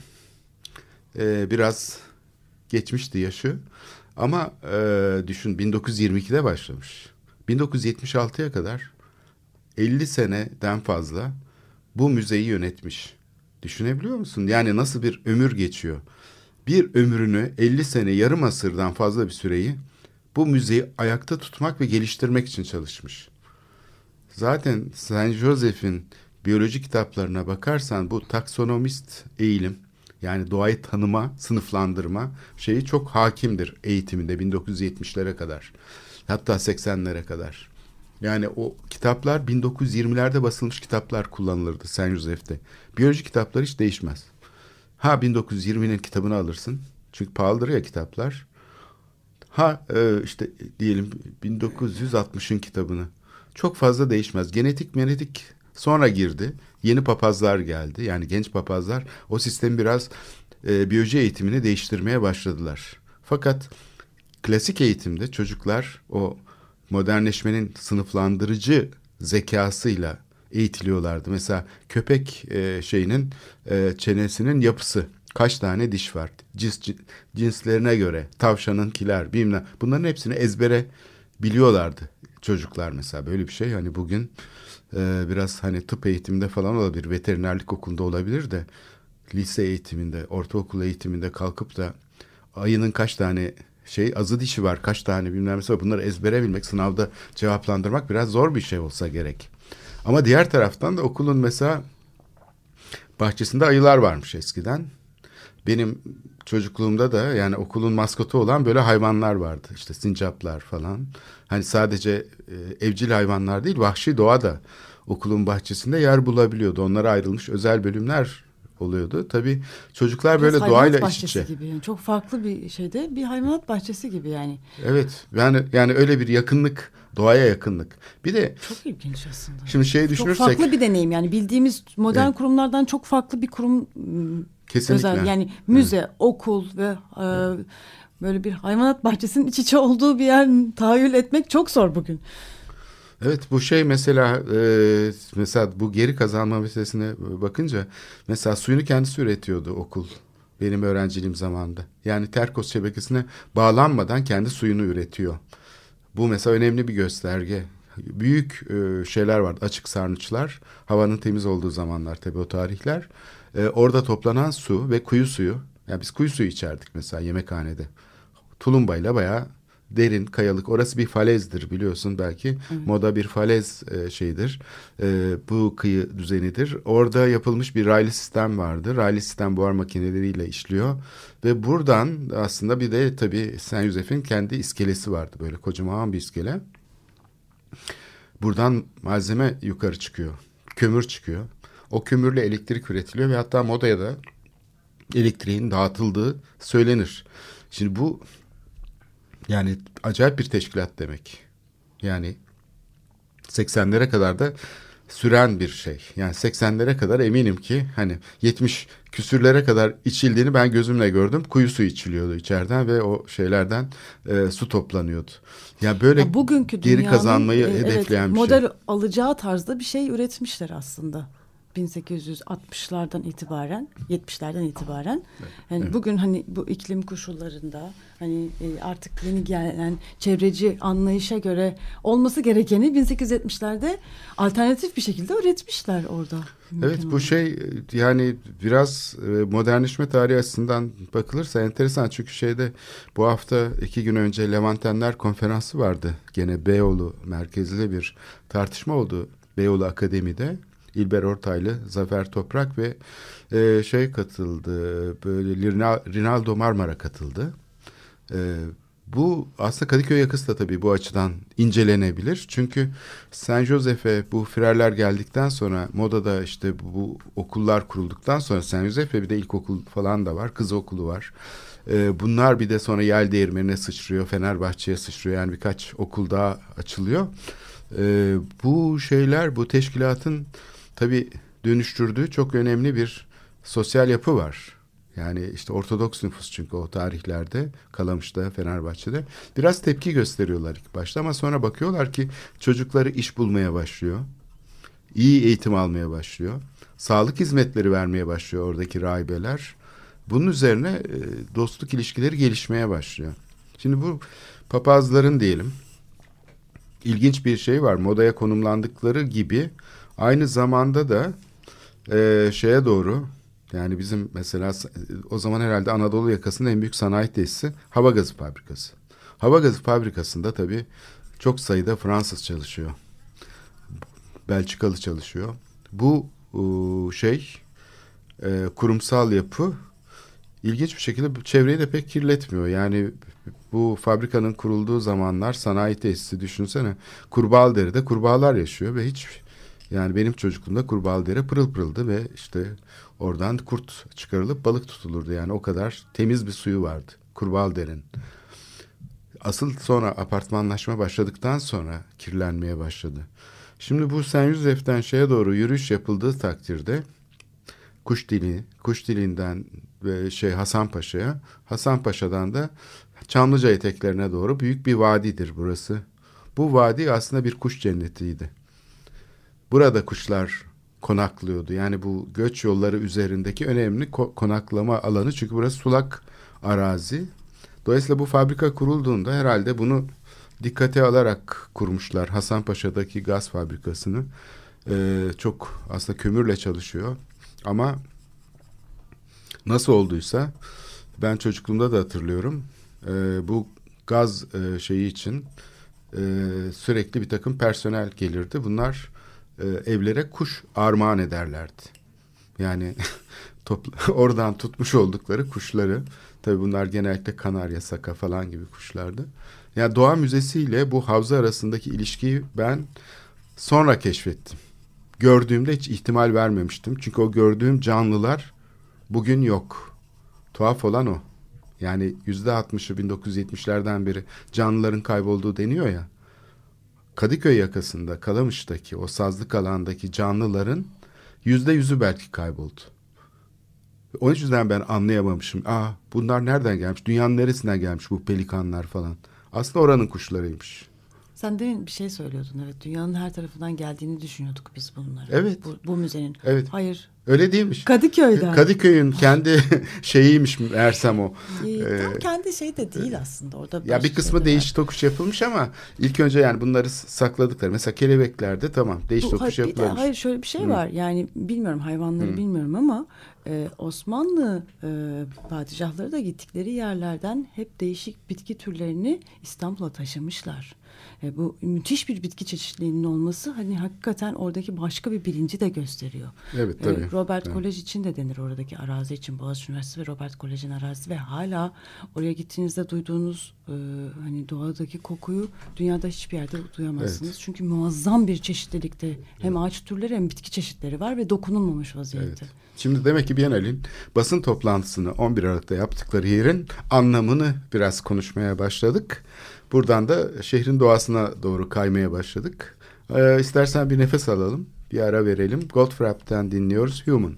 e, biraz geçmişti yaşı. Ama e, düşün bin dokuz yüz yirmi ikide başlamış. bin dokuz yüz yetmiş altıya kadar elli seneden fazla bu müzeyi yönetmiş. Düşünebiliyor musun? Yani nasıl bir ömür geçiyor? Bir ömrünü elli sene, yarım asırdan fazla bir süreyi bu müzeyi ayakta tutmak ve geliştirmek için çalışmış. Zaten Saint Joseph'in biyoloji kitaplarına bakarsan bu taksonomist eğilim, yani doğayı tanıma, sınıflandırma şeyi çok hakimdir eğitiminde bin dokuz yüz yetmişlere kadar. Hatta seksenlere kadar. Yani o kitaplar bin dokuz yüz yirmilerde basılmış kitaplar kullanılırdı Saint Joseph'te. Biyoloji kitapları hiç değişmez. Ha bin dokuz yüz yirminin kitabını alırsın. Çünkü pahalıdır ya kitaplar. Ha e, işte diyelim bin dokuz yüz altmışın kitabını. Çok fazla değişmez. Genetik menetik sonra girdi. Yeni papazlar geldi. Yani genç papazlar o sistemi biraz e, biyoloji eğitimini değiştirmeye başladılar. Fakat klasik eğitimde çocuklar o modernleşmenin sınıflandırıcı zekasıyla eğitiliyorlardı. Mesela köpek e, şeyinin e, çenesinin yapısı, kaç tane diş var, cins, cinslerine göre, tavşanınkiler, bilmem. Bunların hepsini ezbere biliyorlardı çocuklar mesela. Böyle bir şey hani bugün e, biraz hani tıp eğitiminde falan olabilir, veterinerlik okulunda olabilir de lise eğitiminde, ortaokul eğitiminde kalkıp da ayının kaç tane şey azı dişi var, kaç tane bilmem mesela bunları ezbere bilmek, sınavda cevaplandırmak biraz zor bir şey olsa gerek. Ama diğer taraftan da okulun mesela bahçesinde ayılar varmış eskiden. Benim çocukluğumda da yani okulun maskotu olan böyle hayvanlar vardı. İşte sincaplar falan. Hani sadece e, evcil hayvanlar değil, vahşi doğa da okulun bahçesinde yer bulabiliyordu. Onlara ayrılmış özel bölümler oluyordu. Tabii çocuklar böyle Biraz doğayla hayvanat iç içe. bahçesi gibi. Yani çok farklı bir şeyde bir hayvanat bahçesi gibi yani. Evet. Yani yani öyle bir yakınlık, doğaya yakınlık. Bir de çok ilginç aslında. Şimdi şey çok düşünürsek farklı bir deneyim yani bildiğimiz modern evet. kurumlardan çok farklı bir kurum. Kesinlikle. Özel yani müze, evet. okul ve e, böyle bir hayvanat bahçesinin iç içe olduğu bir yer tahayyül etmek çok zor bugün. Evet, bu şey mesela e, mesela bu geri kazanma meselesine bakınca mesela suyunu kendisi üretiyordu okul benim öğrenciliğim zamanında. Yani Terkos şebekesine bağlanmadan kendi suyunu üretiyor. Bu mesela önemli bir gösterge. Büyük e, şeyler vardı, açık sarnıçlar, havanın temiz olduğu zamanlar tabii o tarihler. E, orada toplanan su ve kuyu suyu, yani biz kuyu suyu içerdik mesela yemekhanede. Tulumbayla bayağı derin, kayalık. Orası bir falezdir biliyorsun belki. Evet. Moda bir falez e, şeyidir. E, bu kıyı düzenidir. Orada yapılmış bir raylı sistem vardı. Raylı sistem buhar makineleriyle işliyor. Ve buradan aslında bir de tabii Saint Joseph'in kendi iskelesi vardı. Böyle kocaman bir iskele. Buradan malzeme yukarı çıkıyor. Kömür çıkıyor. O kömürle elektrik üretiliyor ve hatta modaya da elektriğin dağıtıldığı söylenir. Şimdi bu yani acayip bir teşkilat demek. Yani seksenlere kadar da süren bir şey. Yani seksenlere kadar eminim ki hani yetmiş küsürlere kadar içildiğini ben gözümle gördüm. Kuyu suyu içiliyordu içeriden ve o şeylerden e, su toplanıyordu. Yani böyle ya bugünkü geri kazanmayı e, hedefleyen evet, bir model şey. Model alacağı tarzda bir şey üretmişler aslında. bin sekiz yüz altmışlardan itibaren, yetmişlerden itibaren. Yani evet. Bugün hani bu iklim koşullarında hani artık yeni gelen çevreci anlayışa göre olması gerekeni bin sekiz yüz yetmişlerde alternatif bir şekilde üretmişler orada. Evet, bu şey yani biraz modernleşme tarihi açısından bakılırsa enteresan. Çünkü şeyde bu hafta iki gün önce Levantenler konferansı vardı. Gene Beyoğlu merkezli bir tartışma oldu Beyoğlu Akademi'de. İlber Ortaylı, Zafer Toprak ve e, şey katıldı, böyle Rinaldo Marmara katıldı. E, bu aslında Kadıköy yakası da tabii bu açıdan incelenebilir. Çünkü Saint Joseph'e bu Firerler geldikten sonra modada işte bu, bu okullar kurulduktan sonra Saint Joseph'e bir de ilkokul falan da var, kız okulu var. E, bunlar bir de sonra Yeldeğirmeni'ne sıçrıyor, Fenerbahçe'ye sıçrıyor, yani birkaç okul daha açılıyor. E, bu şeyler, bu teşkilatın tabii dönüştürdüğü çok önemli bir sosyal yapı var. Yani işte Ortodoks nüfus çünkü o tarihlerde Kalamış'ta, Fenerbahçe'de biraz tepki gösteriyorlar ilk başta ama sonra bakıyorlar ki çocukları iş bulmaya başlıyor. İyi eğitim almaya başlıyor. Sağlık hizmetleri vermeye başlıyor oradaki rahibeler. Bunun üzerine e, dostluk ilişkileri gelişmeye başlıyor. Şimdi bu papazların diyelim ilginç bir şey var. Modaya konumlandıkları gibi aynı zamanda da e, şeye doğru, yani bizim mesela o zaman herhalde Anadolu yakasının en büyük sanayi tesisi hava gazı fabrikası. Hava gazı fabrikasında tabii çok sayıda Fransız çalışıyor. Belçikalı çalışıyor. Bu şey e, kurumsal yapı ilginç bir şekilde çevreyi de pek kirletmiyor. Yani bu fabrikanın kurulduğu zamanlar sanayi tesisi düşünsene. Kurbağalıdere'de kurbağalar yaşıyor ve hiç, yani benim çocukluğumda Kurbağalıdere pırıl pırıldı ve işte oradan kurt çıkarılıp balık tutulurdu. Yani o kadar temiz bir suyu vardı Kurbağalıdere'nin. Asıl sonra apartmanlaşma başladıktan sonra kirlenmeye başladı. Şimdi bu Sen Yusuf'ten şeye doğru yürüyüş yapıldığı takdirde Kuşdili, Kuşdili'nden ve şey Hasanpaşa'ya, Hasanpaşa'dan da Çamlıca eteklerine doğru büyük bir vadidir burası. Bu vadi aslında bir kuş cennetiydi. Burada kuşlar konaklıyordu. Yani bu göç yolları üzerindeki önemli ko- konaklama alanı, çünkü burası sulak arazi. Dolayısıyla bu fabrika kurulduğunda herhalde bunu dikkate alarak kurmuşlar. Hasanpaşa'daki gaz fabrikasını. Ee, çok aslında kömürle çalışıyor. Ama nasıl olduysa ben çocukluğumda da hatırlıyorum. Ee, bu gaz e, şeyi için e, sürekli bir takım personel gelirdi. Bunlar e, evlere kuş armağan ederlerdi. Yani topla, oradan tutmuş oldukları kuşları, tabii bunlar genellikle kanarya, saka falan gibi kuşlardı. Yani doğa müzesiyle bu havza arasındaki ilişkiyi ben sonra keşfettim. Gördüğümde hiç ihtimal vermemiştim. Çünkü o gördüğüm canlılar bugün yok. Tuhaf olan o. Yani yüzde altmışı bin dokuz yüz yetmişlerden beri canlıların kaybolduğu deniyor ya. Kadıköy yakasında, Kalamış'taki o sazlık alandaki canlıların yüzde yüzü belki kayboldu. O yüzden ben anlayamamışım. Aa, bunlar nereden gelmiş? Dünyanın neresinden gelmiş bu pelikanlar falan? Aslında oranın kuşlarıymış. Sen demin bir şey söylüyordun, evet. Dünyanın her tarafından geldiğini düşünüyorduk biz bunları. Evet. Bu, bu müzenin. Evet. Hayır. Öyle değilmiş. Kadıköy'den. Kadıköy'ün kendi şeyiymiş Ersem o. Ee, tam kendi şey de değil aslında. Orada ya bir kısmı değiş tokuş yapılmış ama ilk önce yani bunları sakladıkları. Mesela kelebeklerde tamam değiş Bu, tokuş hayır, yapılmış. Hayır, şöyle bir şey Hı. var. Yani bilmiyorum, hayvanları Hı. bilmiyorum ama e, Osmanlı e, padişahları da gittikleri yerlerden hep değişik bitki türlerini İstanbul'a taşımışlar. E, bu müthiş bir bitki çeşitliliğinin olması hani hakikaten oradaki başka bir bilinci de gösteriyor. Evet tabii. E, Robert evet. Kolej için de denir, oradaki arazi için. Boğaziçi Üniversitesi ve Robert Kolej'in arazisi ve hala oraya gittiğinizde duyduğunuz e, hani doğadaki kokuyu dünyada hiçbir yerde duyamazsınız. Evet. Çünkü muazzam bir çeşitlilikte evet. hem ağaç türleri hem bitki çeşitleri var ve dokunulmamış vaziyette. Evet. Şimdi demek ki Biennale'in basın toplantısını on bir Aralık'ta yaptıkları yerin anlamını biraz konuşmaya başladık. Buradan da şehrin doğasına doğru kaymaya başladık. Ee, istersen bir nefes alalım, bir ara verelim. Goldfrapp'ten dinliyoruz Human.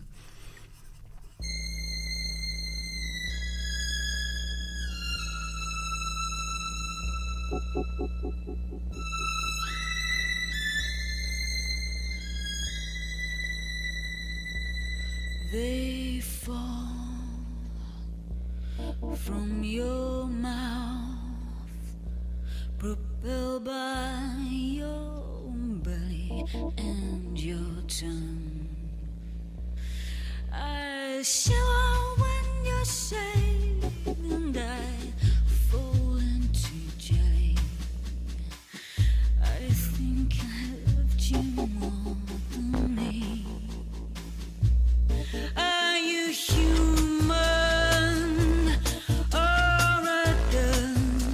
They fall from your mouth, propelled by your belly and your tongue. I shiver when you say, and I fall into jelly. I think I loved you more than me. Are you human or a dove?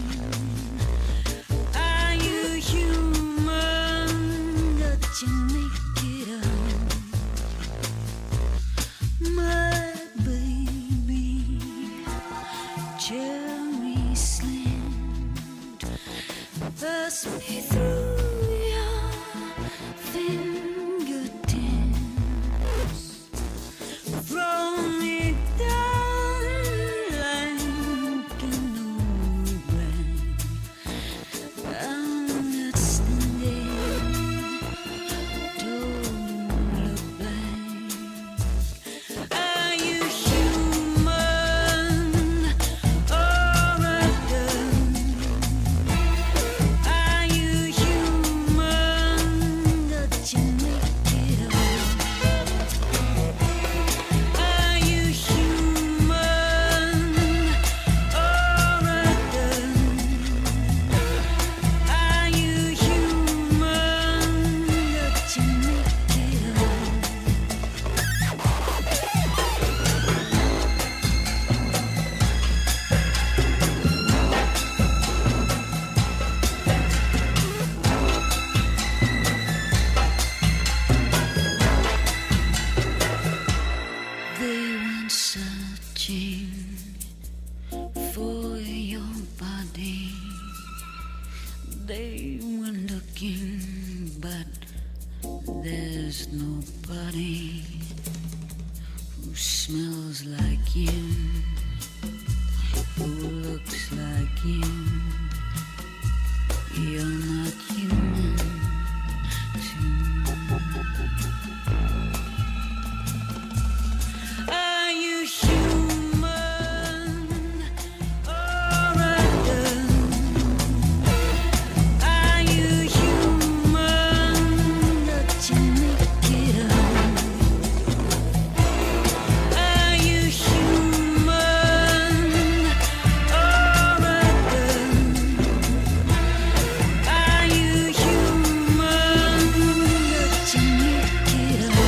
Are you human that you make it up? My baby, but there's nobody who smells like you, who looks like you. You're not human to me. Are you human or other? Are you human that you make it up? Are you human or other? Are you human that you make it up?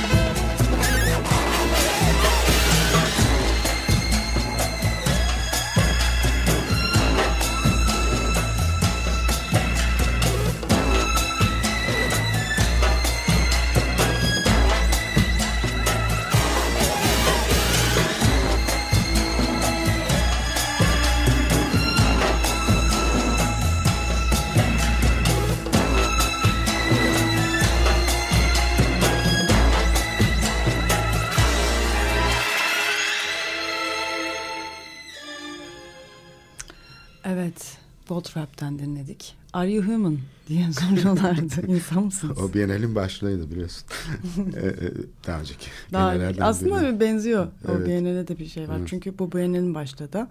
Evet, Bolt Rap'ten dinledik. Are you human diye soruyorlardı. İnsan mısınız? O Biennale'in başlığıydı biliyorsun. Ee, Daha önceki. Daha, Biennale'lerden aslında biri. benziyor. O Evet. Biennale'de de bir şey var. Evet. Çünkü bu Biennale'nin başta da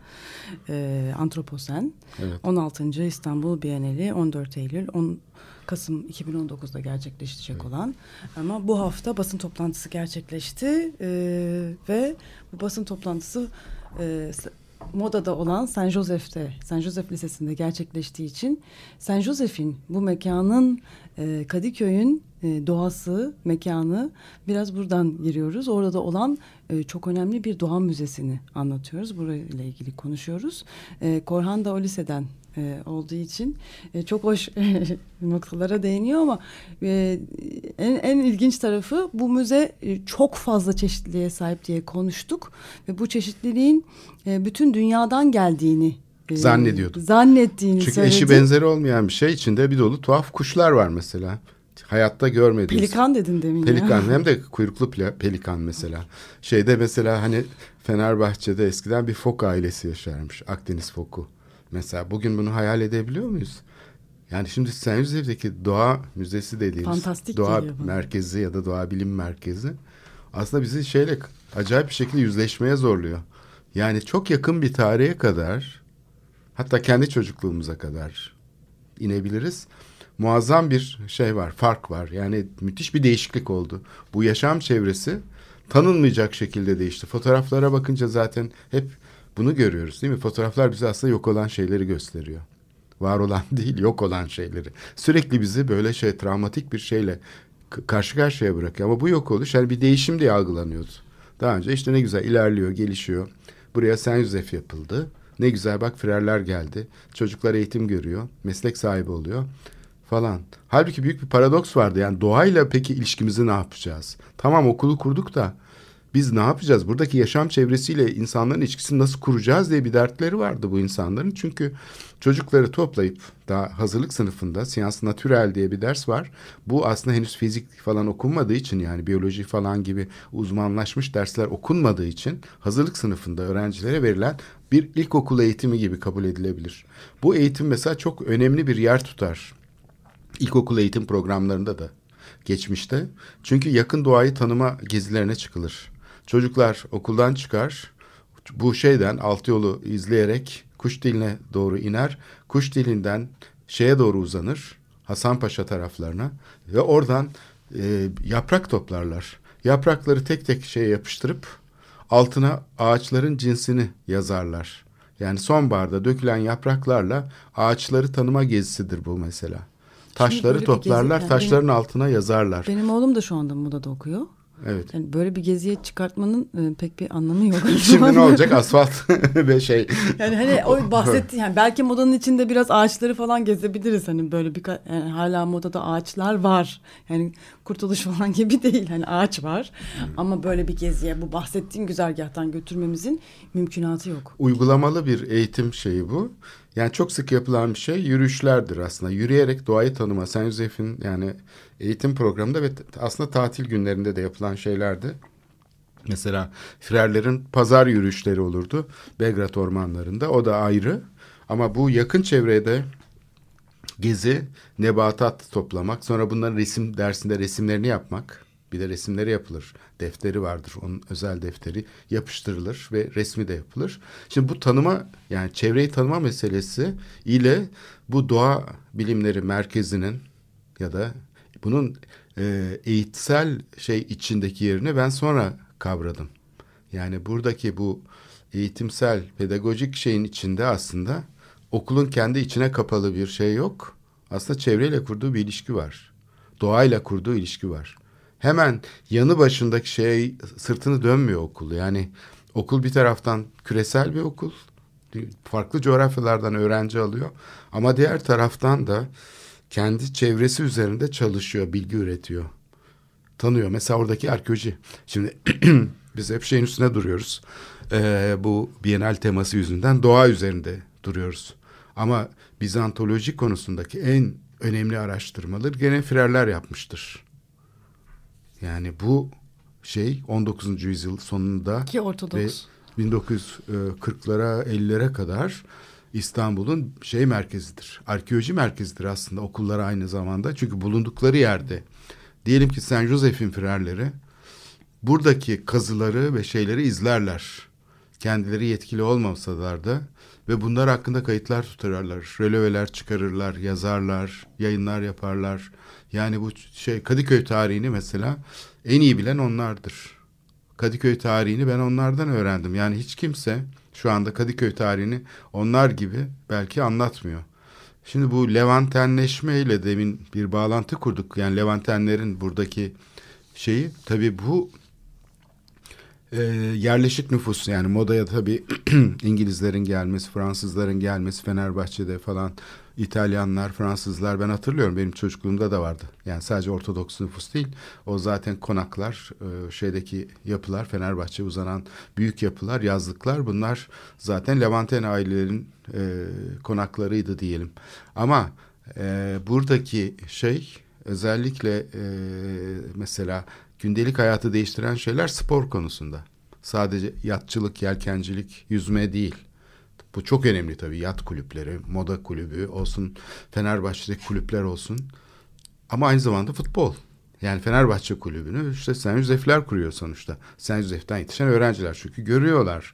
e, Antroposen. Evet. on altıncı İstanbul Biennale on dört Eylül on Kasım iki bin on dokuzda gerçekleşecek Evet. olan. Ama bu hafta basın toplantısı gerçekleşti. E, ve bu basın toplantısı e, Moda'da olan Saint Joseph'te, Saint Joseph Lisesi'nde gerçekleştiği için Saint Joseph'in, bu mekanın, e, Kadıköy'ün e, doğası, mekanı, biraz buradan giriyoruz. Orada da olan e, çok önemli bir doğa müzesini anlatıyoruz. Burayla ilgili konuşuyoruz. E, Korhan da o liseden e, olduğu için e, çok hoş noktalara değiniyor ama e, en, en ilginç tarafı, bu müze e, çok fazla çeşitliliğe sahip diye konuştuk ve bu çeşitliliğin e, bütün dünyadan geldiğini e, Zannediyordu. zannettiğini Çünkü söyledi. eşi benzeri olmayan bir şey, içinde bir dolu tuhaf kuşlar var mesela. Hayatta görmediğimiz. Pelikan dedin demin Pelikan, ya. hem de kuyruklu pla- pelikan mesela. Şeyde mesela hani Fenerbahçe'de eskiden bir fok ailesi yaşarmış. Akdeniz foku. Mesela bugün bunu hayal edebiliyor muyuz? Yani şimdi Saint Joseph'teki doğa müzesi dediğimiz Fantastik doğa geliyor bana. merkezi ya da doğa bilim merkezi aslında bizi şeyle acayip bir şekilde yüzleşmeye zorluyor. Yani çok yakın bir tarihe kadar, hatta kendi çocukluğumuza kadar inebiliriz. Muazzam bir şey var, fark var. Yani müthiş bir değişiklik oldu. Bu yaşam çevresi tanınmayacak şekilde değişti. Fotoğraflara bakınca zaten hep bunu görüyoruz, değil mi? Fotoğraflar bize aslında yok olan şeyleri gösteriyor. Var olan değil, yok olan şeyleri. Sürekli bizi böyle şey, travmatik bir şeyle k- karşı karşıya bırakıyor. Ama bu yok oluş yani bir değişim diye algılanıyordu. Daha önce işte ne güzel ilerliyor, gelişiyor. Buraya Saint Joseph yapıldı. Ne güzel, bak Frerler geldi. Çocuklar eğitim görüyor, meslek sahibi oluyor falan. Halbuki büyük bir paradoks vardı. Yani doğayla peki ilişkimizi ne yapacağız? Tamam, okulu kurduk da biz ne yapacağız? Buradaki yaşam çevresiyle insanların ilişkisini nasıl kuracağız diye bir dertleri vardı bu insanların. Çünkü çocukları toplayıp, daha hazırlık sınıfında Sciences Naturelles diye bir ders var. Bu aslında henüz fizik falan okunmadığı için, yani biyoloji falan gibi uzmanlaşmış dersler okunmadığı için hazırlık sınıfında öğrencilere verilen bir ilkokul eğitimi gibi kabul edilebilir. Bu eğitim mesela çok önemli bir yer tutar İlkokul eğitim programlarında da geçmişte. Çünkü yakın doğayı tanıma gezilerine çıkılır. Çocuklar okuldan çıkar, bu şeyden alt yolu izleyerek kuş diline doğru iner. Kuş dilinden şeye doğru uzanır, Hasanpaşa taraflarına ve oradan e, yaprak toplarlar. Yaprakları tek tek şeye yapıştırıp altına ağaçların cinsini yazarlar. Yani sonbaharda dökülen yapraklarla ağaçları tanıma gezisidir bu mesela. Taşları böyle bir toplarlar, gezi- yani taşların benim- altına yazarlar. Benim oğlum da şu anda Moda'da okuyor. Evet. Yani böyle bir geziye çıkartmanın e, pek bir anlamı yok. Şimdi ne olacak? Asfalt ve şey. Yani hani o bahsettiğin, yani belki Moda'nın içinde biraz ağaçları falan gezebiliriz, hani böyle bir yani hala Moda'da ağaçlar var. Yani Kurtuluş falan gibi değil, hani ağaç var. Hmm. Ama böyle bir geziye bu bahsettiğin güzergahtan götürmemizin mümkünatı yok. Uygulamalı bir eğitim şeyi bu. Yani çok sık yapılan bir şey yürüyüşlerdir aslında. Yürüyerek doğayı tanıma. Saint Joseph'in yani eğitim programında ve aslında tatil günlerinde de yapılan şeylerdi. Mesela Frerlerin pazar yürüyüşleri olurdu Belgrad ormanlarında. O da ayrı. Ama bu yakın çevrede gezi, nebatat toplamak, sonra bunların resim dersinde resimlerini yapmak. Bir de resimleri yapılır. Defteri vardır. Onun özel defteri yapıştırılır ve resmi de yapılır. Şimdi bu tanıma, yani çevreyi tanıma meselesi ile bu doğa bilimleri merkezinin ya da bunun e, eğitsel şey içindeki yerini ben sonra kavradım. Yani buradaki bu eğitimsel, pedagojik şeyin içinde aslında okulun kendi içine kapalı bir şey yok. Aslında çevreyle kurduğu bir ilişki var. Doğayla kurduğu ilişki var. Hemen yanı başındaki şey sırtını dönmüyor okul. Yani okul bir taraftan küresel bir okul. Farklı coğrafyalardan öğrenci alıyor. Ama diğer taraftan da kendi çevresi üzerinde çalışıyor, bilgi üretiyor. Tanıyor. Mesela oradaki arkeoloji. Şimdi biz hep şeyin üstüne duruyoruz. Ee, bu Bienal teması yüzünden doğa üzerinde duruyoruz. Ama Bizantoloji konusundaki en önemli araştırmaları gene Frerler yapmıştır. Yani bu şey on dokuzuncu yüzyıl sonunda Ki Ortodoks. ve bin dokuz yüz kırklara ellilere kadar İstanbul'un şey merkezidir. Arkeoloji merkezidir aslında okullar aynı zamanda. Çünkü bulundukları yerde diyelim ki Saint Joseph'in Frerleri buradaki kazıları ve şeyleri izlerler. Kendileri yetkili olmasalar da ve bunlar hakkında kayıtlar tutarlar. Releveler çıkarırlar, yazarlar, yayınlar yaparlar. Yani bu şey Kadıköy tarihini mesela en iyi bilen onlardır. Kadıköy tarihini ben onlardan öğrendim. Yani hiç kimse şu anda Kadıköy tarihini onlar gibi belki anlatmıyor. Şimdi bu Levantenleşme ile demin bir bağlantı kurduk. Yani Levantenlerin buradaki şeyi tabii bu e, yerleşik nüfus, yani modaya tabii İngilizlerin gelmesi, Fransızların gelmesi, Fenerbahçe'de falan İtalyanlar, Fransızlar, ben hatırlıyorum benim çocukluğumda da vardı. Yani sadece Ortodoks nüfus değil. O zaten konaklar, e, şeydeki yapılar, Fenerbahçe uzanan büyük yapılar, yazlıklar, bunlar zaten Levanten ailelerin e, konaklarıydı diyelim. Ama e, buradaki şey özellikle e, mesela gündelik hayatı değiştiren şeyler spor konusunda. Sadece yatçılık, yelkencilik, yüzme değil. Bu çok önemli tabii. Yat kulüpleri, moda kulübü olsun, Fenerbahçe'deki kulüpler olsun. Ama aynı zamanda futbol. Yani Fenerbahçe kulübünü işte Saint Joseph'ler kuruyor sonuçta. Saint Joseph'ten yetişen öğrenciler çünkü görüyorlar.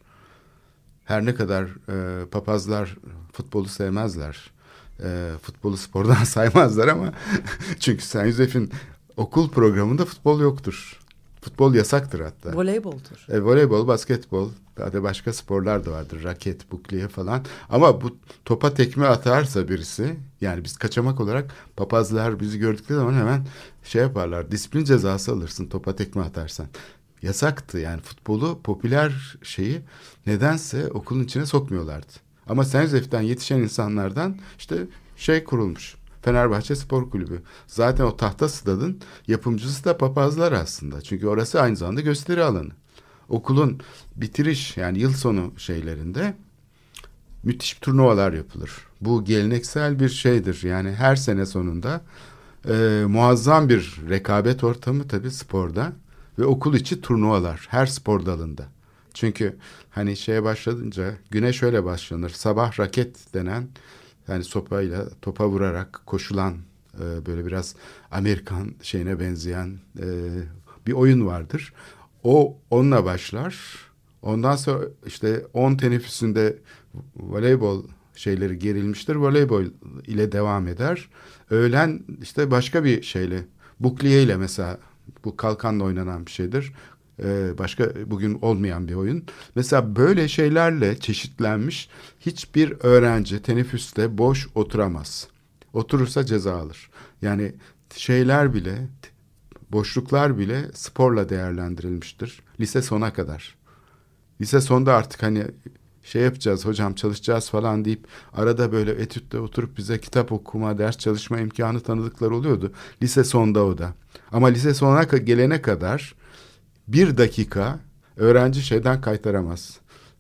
Her ne kadar e, papazlar futbolu sevmezler. E, futbolu spordan saymazlar ama çünkü Saint Joseph'in okul programında futbol yoktur. Futbol yasaktır hatta. Voleyboldur. E, voleybol, basketbol, hatta başka sporlar da vardır. Raket, bukliye falan. Ama bu topa tekme atarsa birisi, yani biz kaçamak olarak papazlar bizi gördükleri zaman hemen şey yaparlar. Disiplin cezası alırsın topa tekme atarsan. Yasaktı yani, futbolu popüler şeyi nedense okulun içine sokmuyorlardı. Ama Saint Joseph'ten yetişen insanlardan işte şey kurulmuş. Fenerbahçe Spor Kulübü. Zaten o tahta stadın yapımcısı da papazlar aslında. Çünkü orası aynı zamanda gösteri alanı. Okulun bitiriş, yani yıl sonu şeylerinde müthiş turnuvalar yapılır. Bu geleneksel bir şeydir. Yani her sene sonunda e, muazzam bir rekabet ortamı tabii sporda ve okul içi turnuvalar her spor dalında. Çünkü hani şeye başladınca güne şöyle başlanır. Sabah raket denen, yani sopayla topa vurarak koşulan e, böyle biraz Amerikan şeyine benzeyen e, bir oyun vardır. O onunla başlar. Ondan sonra işte on teneffüsünde voleybol şeyleri gerilmiştir. Voleybol ile devam eder. Öğlen işte başka bir şeyle, bukliye ile mesela, bu kalkanla oynanan bir şeydir. Ee, başka bugün olmayan bir oyun. Mesela böyle şeylerle çeşitlenmiş, hiçbir öğrenci teneffüste boş oturamaz. Oturursa ceza alır. Yani şeyler bile, boşluklar bile sporla değerlendirilmiştir. Lise sona kadar. Lise sonda artık hani şey yapacağız hocam, çalışacağız falan deyip arada böyle etütte oturup bize kitap okuma, ders çalışma imkanı tanıdıkları oluyordu. Lise sonda o da. Ama lise sonuna gelene kadar bir dakika öğrenci şeyden kaytaramaz.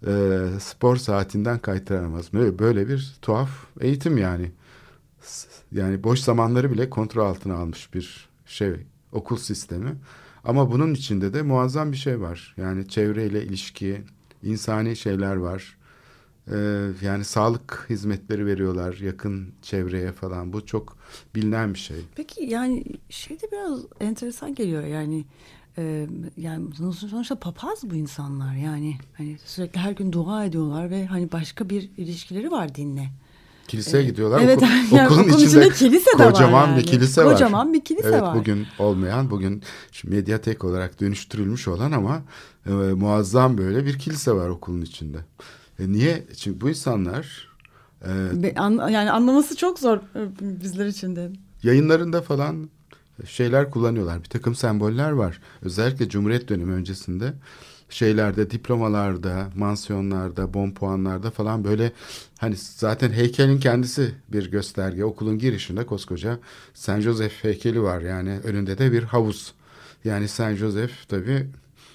e, spor saatinden kaytaramaz. Böyle, böyle bir tuhaf eğitim yani. S- Yani boş zamanları bile kontrol altına almış bir şey, okul sistemi. Ama bunun içinde de muazzam bir şey var. Yani çevreyle ilişki, insani şeyler var. Ee, yani sağlık hizmetleri veriyorlar yakın çevreye falan. Bu çok bilinen bir şey. Peki yani şey de biraz enteresan geliyor yani e, yani sonuçta papaz bu insanlar yani hani sürekli her gün dua ediyorlar ve hani başka bir ilişkileri var dinle. Kiliseye Evet. gidiyorlar. Evet, Okul- yani okulun okulun içinde, içinde kilise de var kocaman yani. bir kilise var. Kocaman bir kilise evet, var. Bugün olmayan, bugün medyatek olarak dönüştürülmüş olan ama e, muazzam böyle bir kilise var okulun içinde. E, niye? Çünkü bu insanlar e, Be- an- yani anlaması çok zor e, bizler için de. yayınlarında falan şeyler kullanıyorlar. Bir takım semboller var. Özellikle Cumhuriyet dönemi öncesinde şeylerde, diplomalarda, mansiyonlarda, bon puanlarda falan böyle hani zaten heykelin kendisi bir gösterge. Okulun girişinde koskoca Saint Joseph heykeli var. Yani önünde de bir havuz. Yani Saint Joseph tabii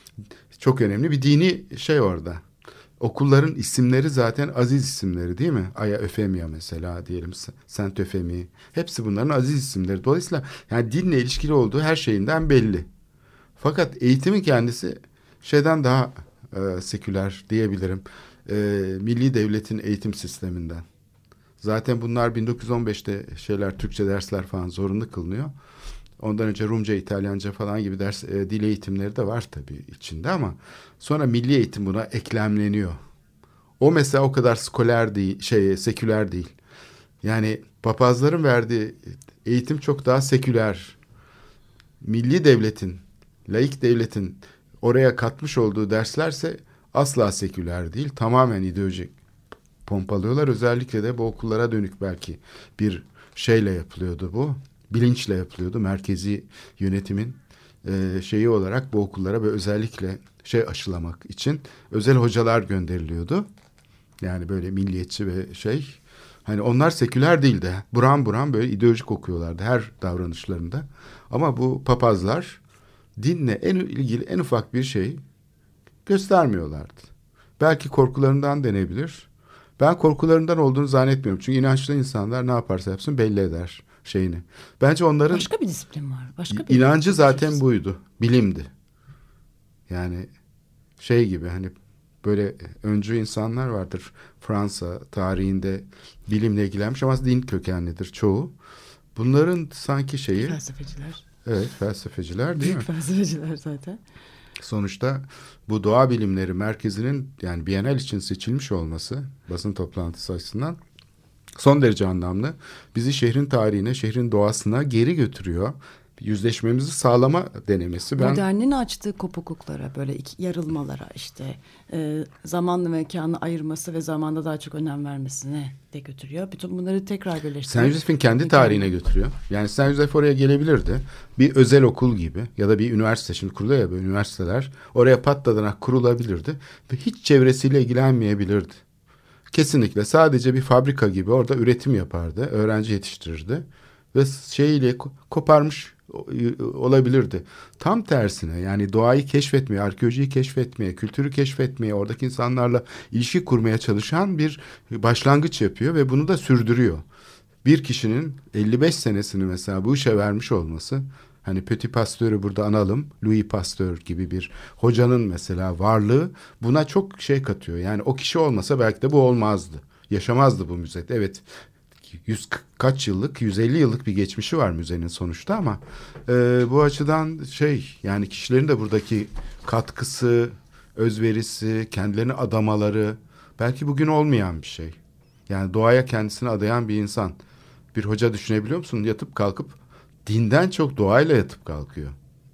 çok önemli bir dini şey orada. Okulların isimleri zaten aziz isimleri değil mi? Aya Öfemia mesela diyelim, Saint Öfemi. Hepsi bunların aziz isimleri. Dolayısıyla yani dinle ilişkili olduğu her şeyinden belli. Fakat eğitimin kendisi şeyden daha e, seküler diyebilirim. E, Milli Devlet'in eğitim sisteminden. Zaten bunlar bin dokuz yüz on beşte şeyler, Türkçe dersler falan zorunlu kılınıyor. Ondan önce Rumca, İtalyanca falan gibi ders, e, dil eğitimleri de var tabii içinde ama sonra milli eğitim buna eklemleniyor. O mesela o kadar skoler değil, şey seküler değil. Yani papazların verdiği eğitim çok daha seküler. Milli devletin, laik devletin oraya katmış olduğu derslerse asla seküler değil. Tamamen ideolojik pompalıyorlar. Özellikle de bu okullara dönük belki bir şeyle yapılıyordu bu. Bilinçle yapılıyordu. Merkezi yönetimin e, şeyi olarak bu okullara ve özellikle şey aşılamak için özel hocalar gönderiliyordu. Yani böyle milliyetçi ve şey. Hani onlar seküler değildi. Buram buram böyle ideolojik okuyorlardı her davranışlarında. Ama bu papazlar dinle en ilgili en ufak bir şey göstermiyorlardı. Belki korkularından denebilir. Ben korkularından olduğunu zannetmiyorum. Çünkü inançlı insanlar ne yaparsa yapsın belli eder şeyini. Bence onların Başka bir disiplin var. Başka bir inancı zaten buydu. Bilimdi. Yani şey gibi hani böyle öncü insanlar vardır. Fransa tarihinde bilimle ilgilenmiş ama din kökenlidir çoğu. Bunların sanki şeyi... Felsefeciler. Evet, felsefeciler değil Büyük mi? felsefeciler zaten. Sonuçta bu doğa bilimleri merkezinin yani Bienal için seçilmiş olması basın toplantısı açısından son derece anlamlı. Bizi şehrin tarihine, şehrin doğasına geri götürüyor. Yüzleşmemizi sağlama denemesi. Ben... Modernin açtığı kopukluklara, böyle iki yarılmalara işte e, zamanla mekanı ayırması ve zamanda daha çok önem vermesine de götürüyor. Bütün bunları tekrar birleştiriyor. Saint Joseph'in kendi tarihine götürüyor. Yani Saint Joseph oraya gelebilirdi. Bir özel okul gibi ya da bir üniversite, şimdi kuruluyor ya böyle üniversiteler, oraya patladanak kurulabilirdi ve hiç çevresiyle ilgilenmeyebilirdi. Kesinlikle sadece bir fabrika gibi orada üretim yapardı, öğrenci yetiştirirdi ve şeyiyle koparmış olabilirdi. Tam tersine yani doğayı keşfetmeye, arkeolojiyi keşfetmeye, kültürü keşfetmeye, oradaki insanlarla ilişki kurmaya çalışan bir başlangıç yapıyor ve bunu da sürdürüyor. Bir kişinin elli beş senesini mesela bu işe vermiş olması, hani Petit Pasteur'ü burada analım, Louis Pasteur gibi bir hocanın mesela varlığı buna çok şey katıyor. Yani o kişi olmasa belki de bu olmazdı. Yaşamazdı bu müze. Evet, yüz kaç yıllık, yüz elli yıllık bir geçmişi var müzenin sonuçta ama e, bu açıdan şey yani kişilerin de buradaki katkısı, özverisi, kendilerini adamaları belki bugün olmayan bir şey. Yani doğaya kendisini adayan bir insan. Bir hoca düşünebiliyor musun? Yatıp kalkıp dinden çok doğayla yatıp kalkıyor.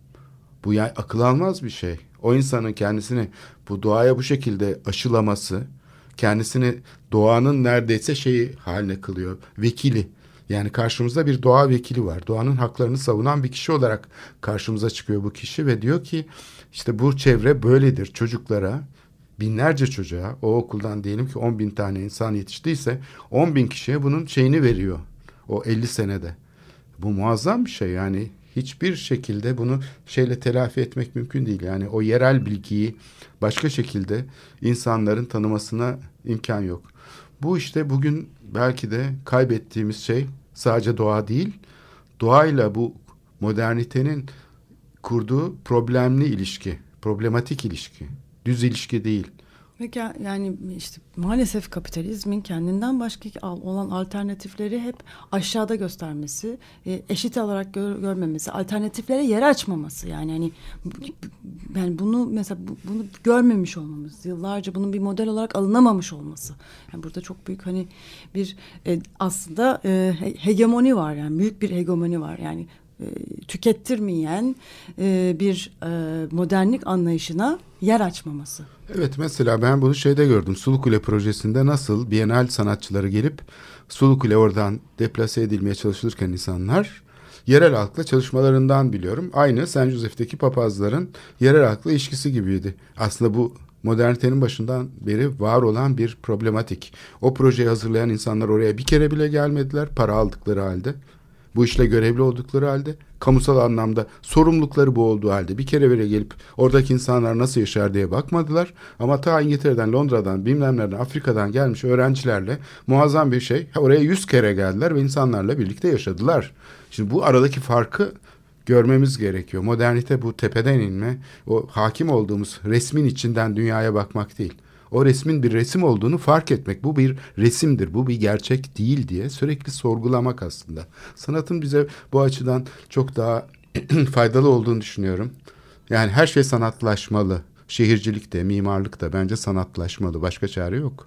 Bu yani akıl almaz bir şey. O insanın kendisini bu doğaya bu şekilde aşılaması, kendisini doğanın neredeyse şeyi haline kılıyor. Vekili. Yani karşımızda bir doğa vekili var. Doğanın haklarını savunan bir kişi olarak karşımıza çıkıyor bu kişi ve diyor ki işte bu çevre böyledir. Çocuklara, binlerce çocuğa, o okuldan diyelim ki on bin tane insan yetiştiyse on bin kişiye bunun şeyini veriyor. O elli senede. Bu muazzam bir şey yani. Hiçbir şekilde bunu şeyle telafi etmek mümkün değil. Yani o yerel bilgiyi başka şekilde insanların tanımasına imkan yok. Bu işte bugün belki de kaybettiğimiz şey sadece doğa değil, doğayla bu modernitenin kurduğu problemli ilişki, problematik ilişki, düz ilişki değil. Peki yani işte maalesef kapitalizmin kendinden başka olan alternatifleri hep aşağıda göstermesi, eşit olarak gör, görmemesi, alternatiflere yer açmaması. Yani hani yani bunu mesela bunu görmemiş olmamız, yıllarca bunun bir model olarak alınamamış olması. Yani burada çok büyük hani bir e, aslında e, hegemoni var, yani büyük bir hegemoni var. Yani e, tükettirmeyen e, bir e, modernlik anlayışına yer açmaması. Evet, mesela ben bunu şeyde gördüm. Sulukule projesinde nasıl Bienal sanatçıları gelip Sulukule oradan deplase edilmeye çalışılırken insanlar yerel halkla çalışmalarından biliyorum. Aynı Saint Joseph'teki papazların yerel halkla ilişkisi gibiydi. Aslında bu modernitenin başından beri var olan bir problematik. O projeyi hazırlayan insanlar oraya bir kere bile gelmediler para aldıkları halde. Bu işle görevli oldukları halde, kamusal anlamda sorumlulukları bu olduğu halde bir kere bile gelip oradaki insanlar nasıl yaşar diye bakmadılar. Ama ta İngiltere'den, Londra'dan, bilmem nereden, Afrika'dan gelmiş öğrencilerle muazzam bir şey. Oraya yüz kere geldiler ve insanlarla birlikte yaşadılar. Şimdi bu aradaki farkı görmemiz gerekiyor. Modernite bu tepeden inme, o hakim olduğumuz resmin içinden dünyaya bakmak değil. O resmin bir resim olduğunu fark etmek. Bu bir resimdir, bu bir gerçek değil diye sürekli sorgulamak aslında. Sanatın bize bu açıdan çok daha faydalı olduğunu düşünüyorum. Yani her şey sanatlaşmalı. Şehircilik de, mimarlık da bence sanatlaşmalı. Başka çare yok.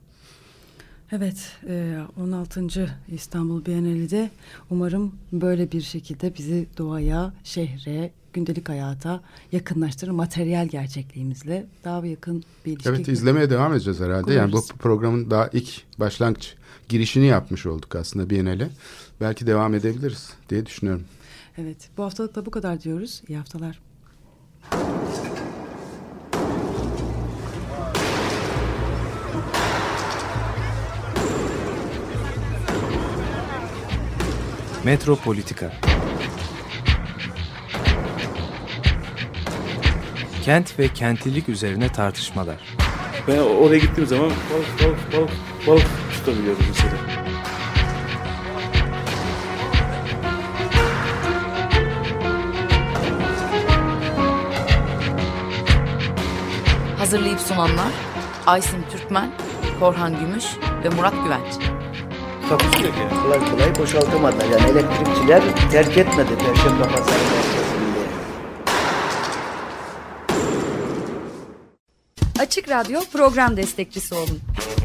Evet, on altıncı İstanbul Bienali'de umarım böyle bir şekilde bizi doğaya, şehre, gündelik hayata yakınlaştırır, materyal gerçekliğimizle daha yakın bir ilişki. Evet, izlemeye devam edeceğiz herhalde. Kurarız. Yani bu programın daha ilk başlangıç girişini yapmış olduk aslında Bienal'e. Belki devam edebiliriz diye düşünüyorum. Evet, bu haftalık da bu kadar diyoruz. İyi haftalar. Metropolitika. Kent ve kentlilik üzerine tartışmalar. Ben oraya gittiğim zaman balık balık balık balık tutabiliyordum mesela. Hazırlayıp sunanlar Aysin Türkmen, Korhan Gümüş ve Murat Güvenç. Takusu yok yani. Kolay kolay boşaltamadılar. Yani elektrikçiler terk etmedi Perşembe Pazarı merkezini. Açık Radyo program destekçisi olun.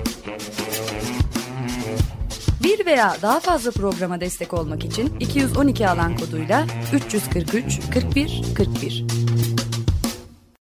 Bir veya daha fazla programa destek olmak için iki yüz on iki alan koduyla üç yüz kırk üç kırk bir kırk bir.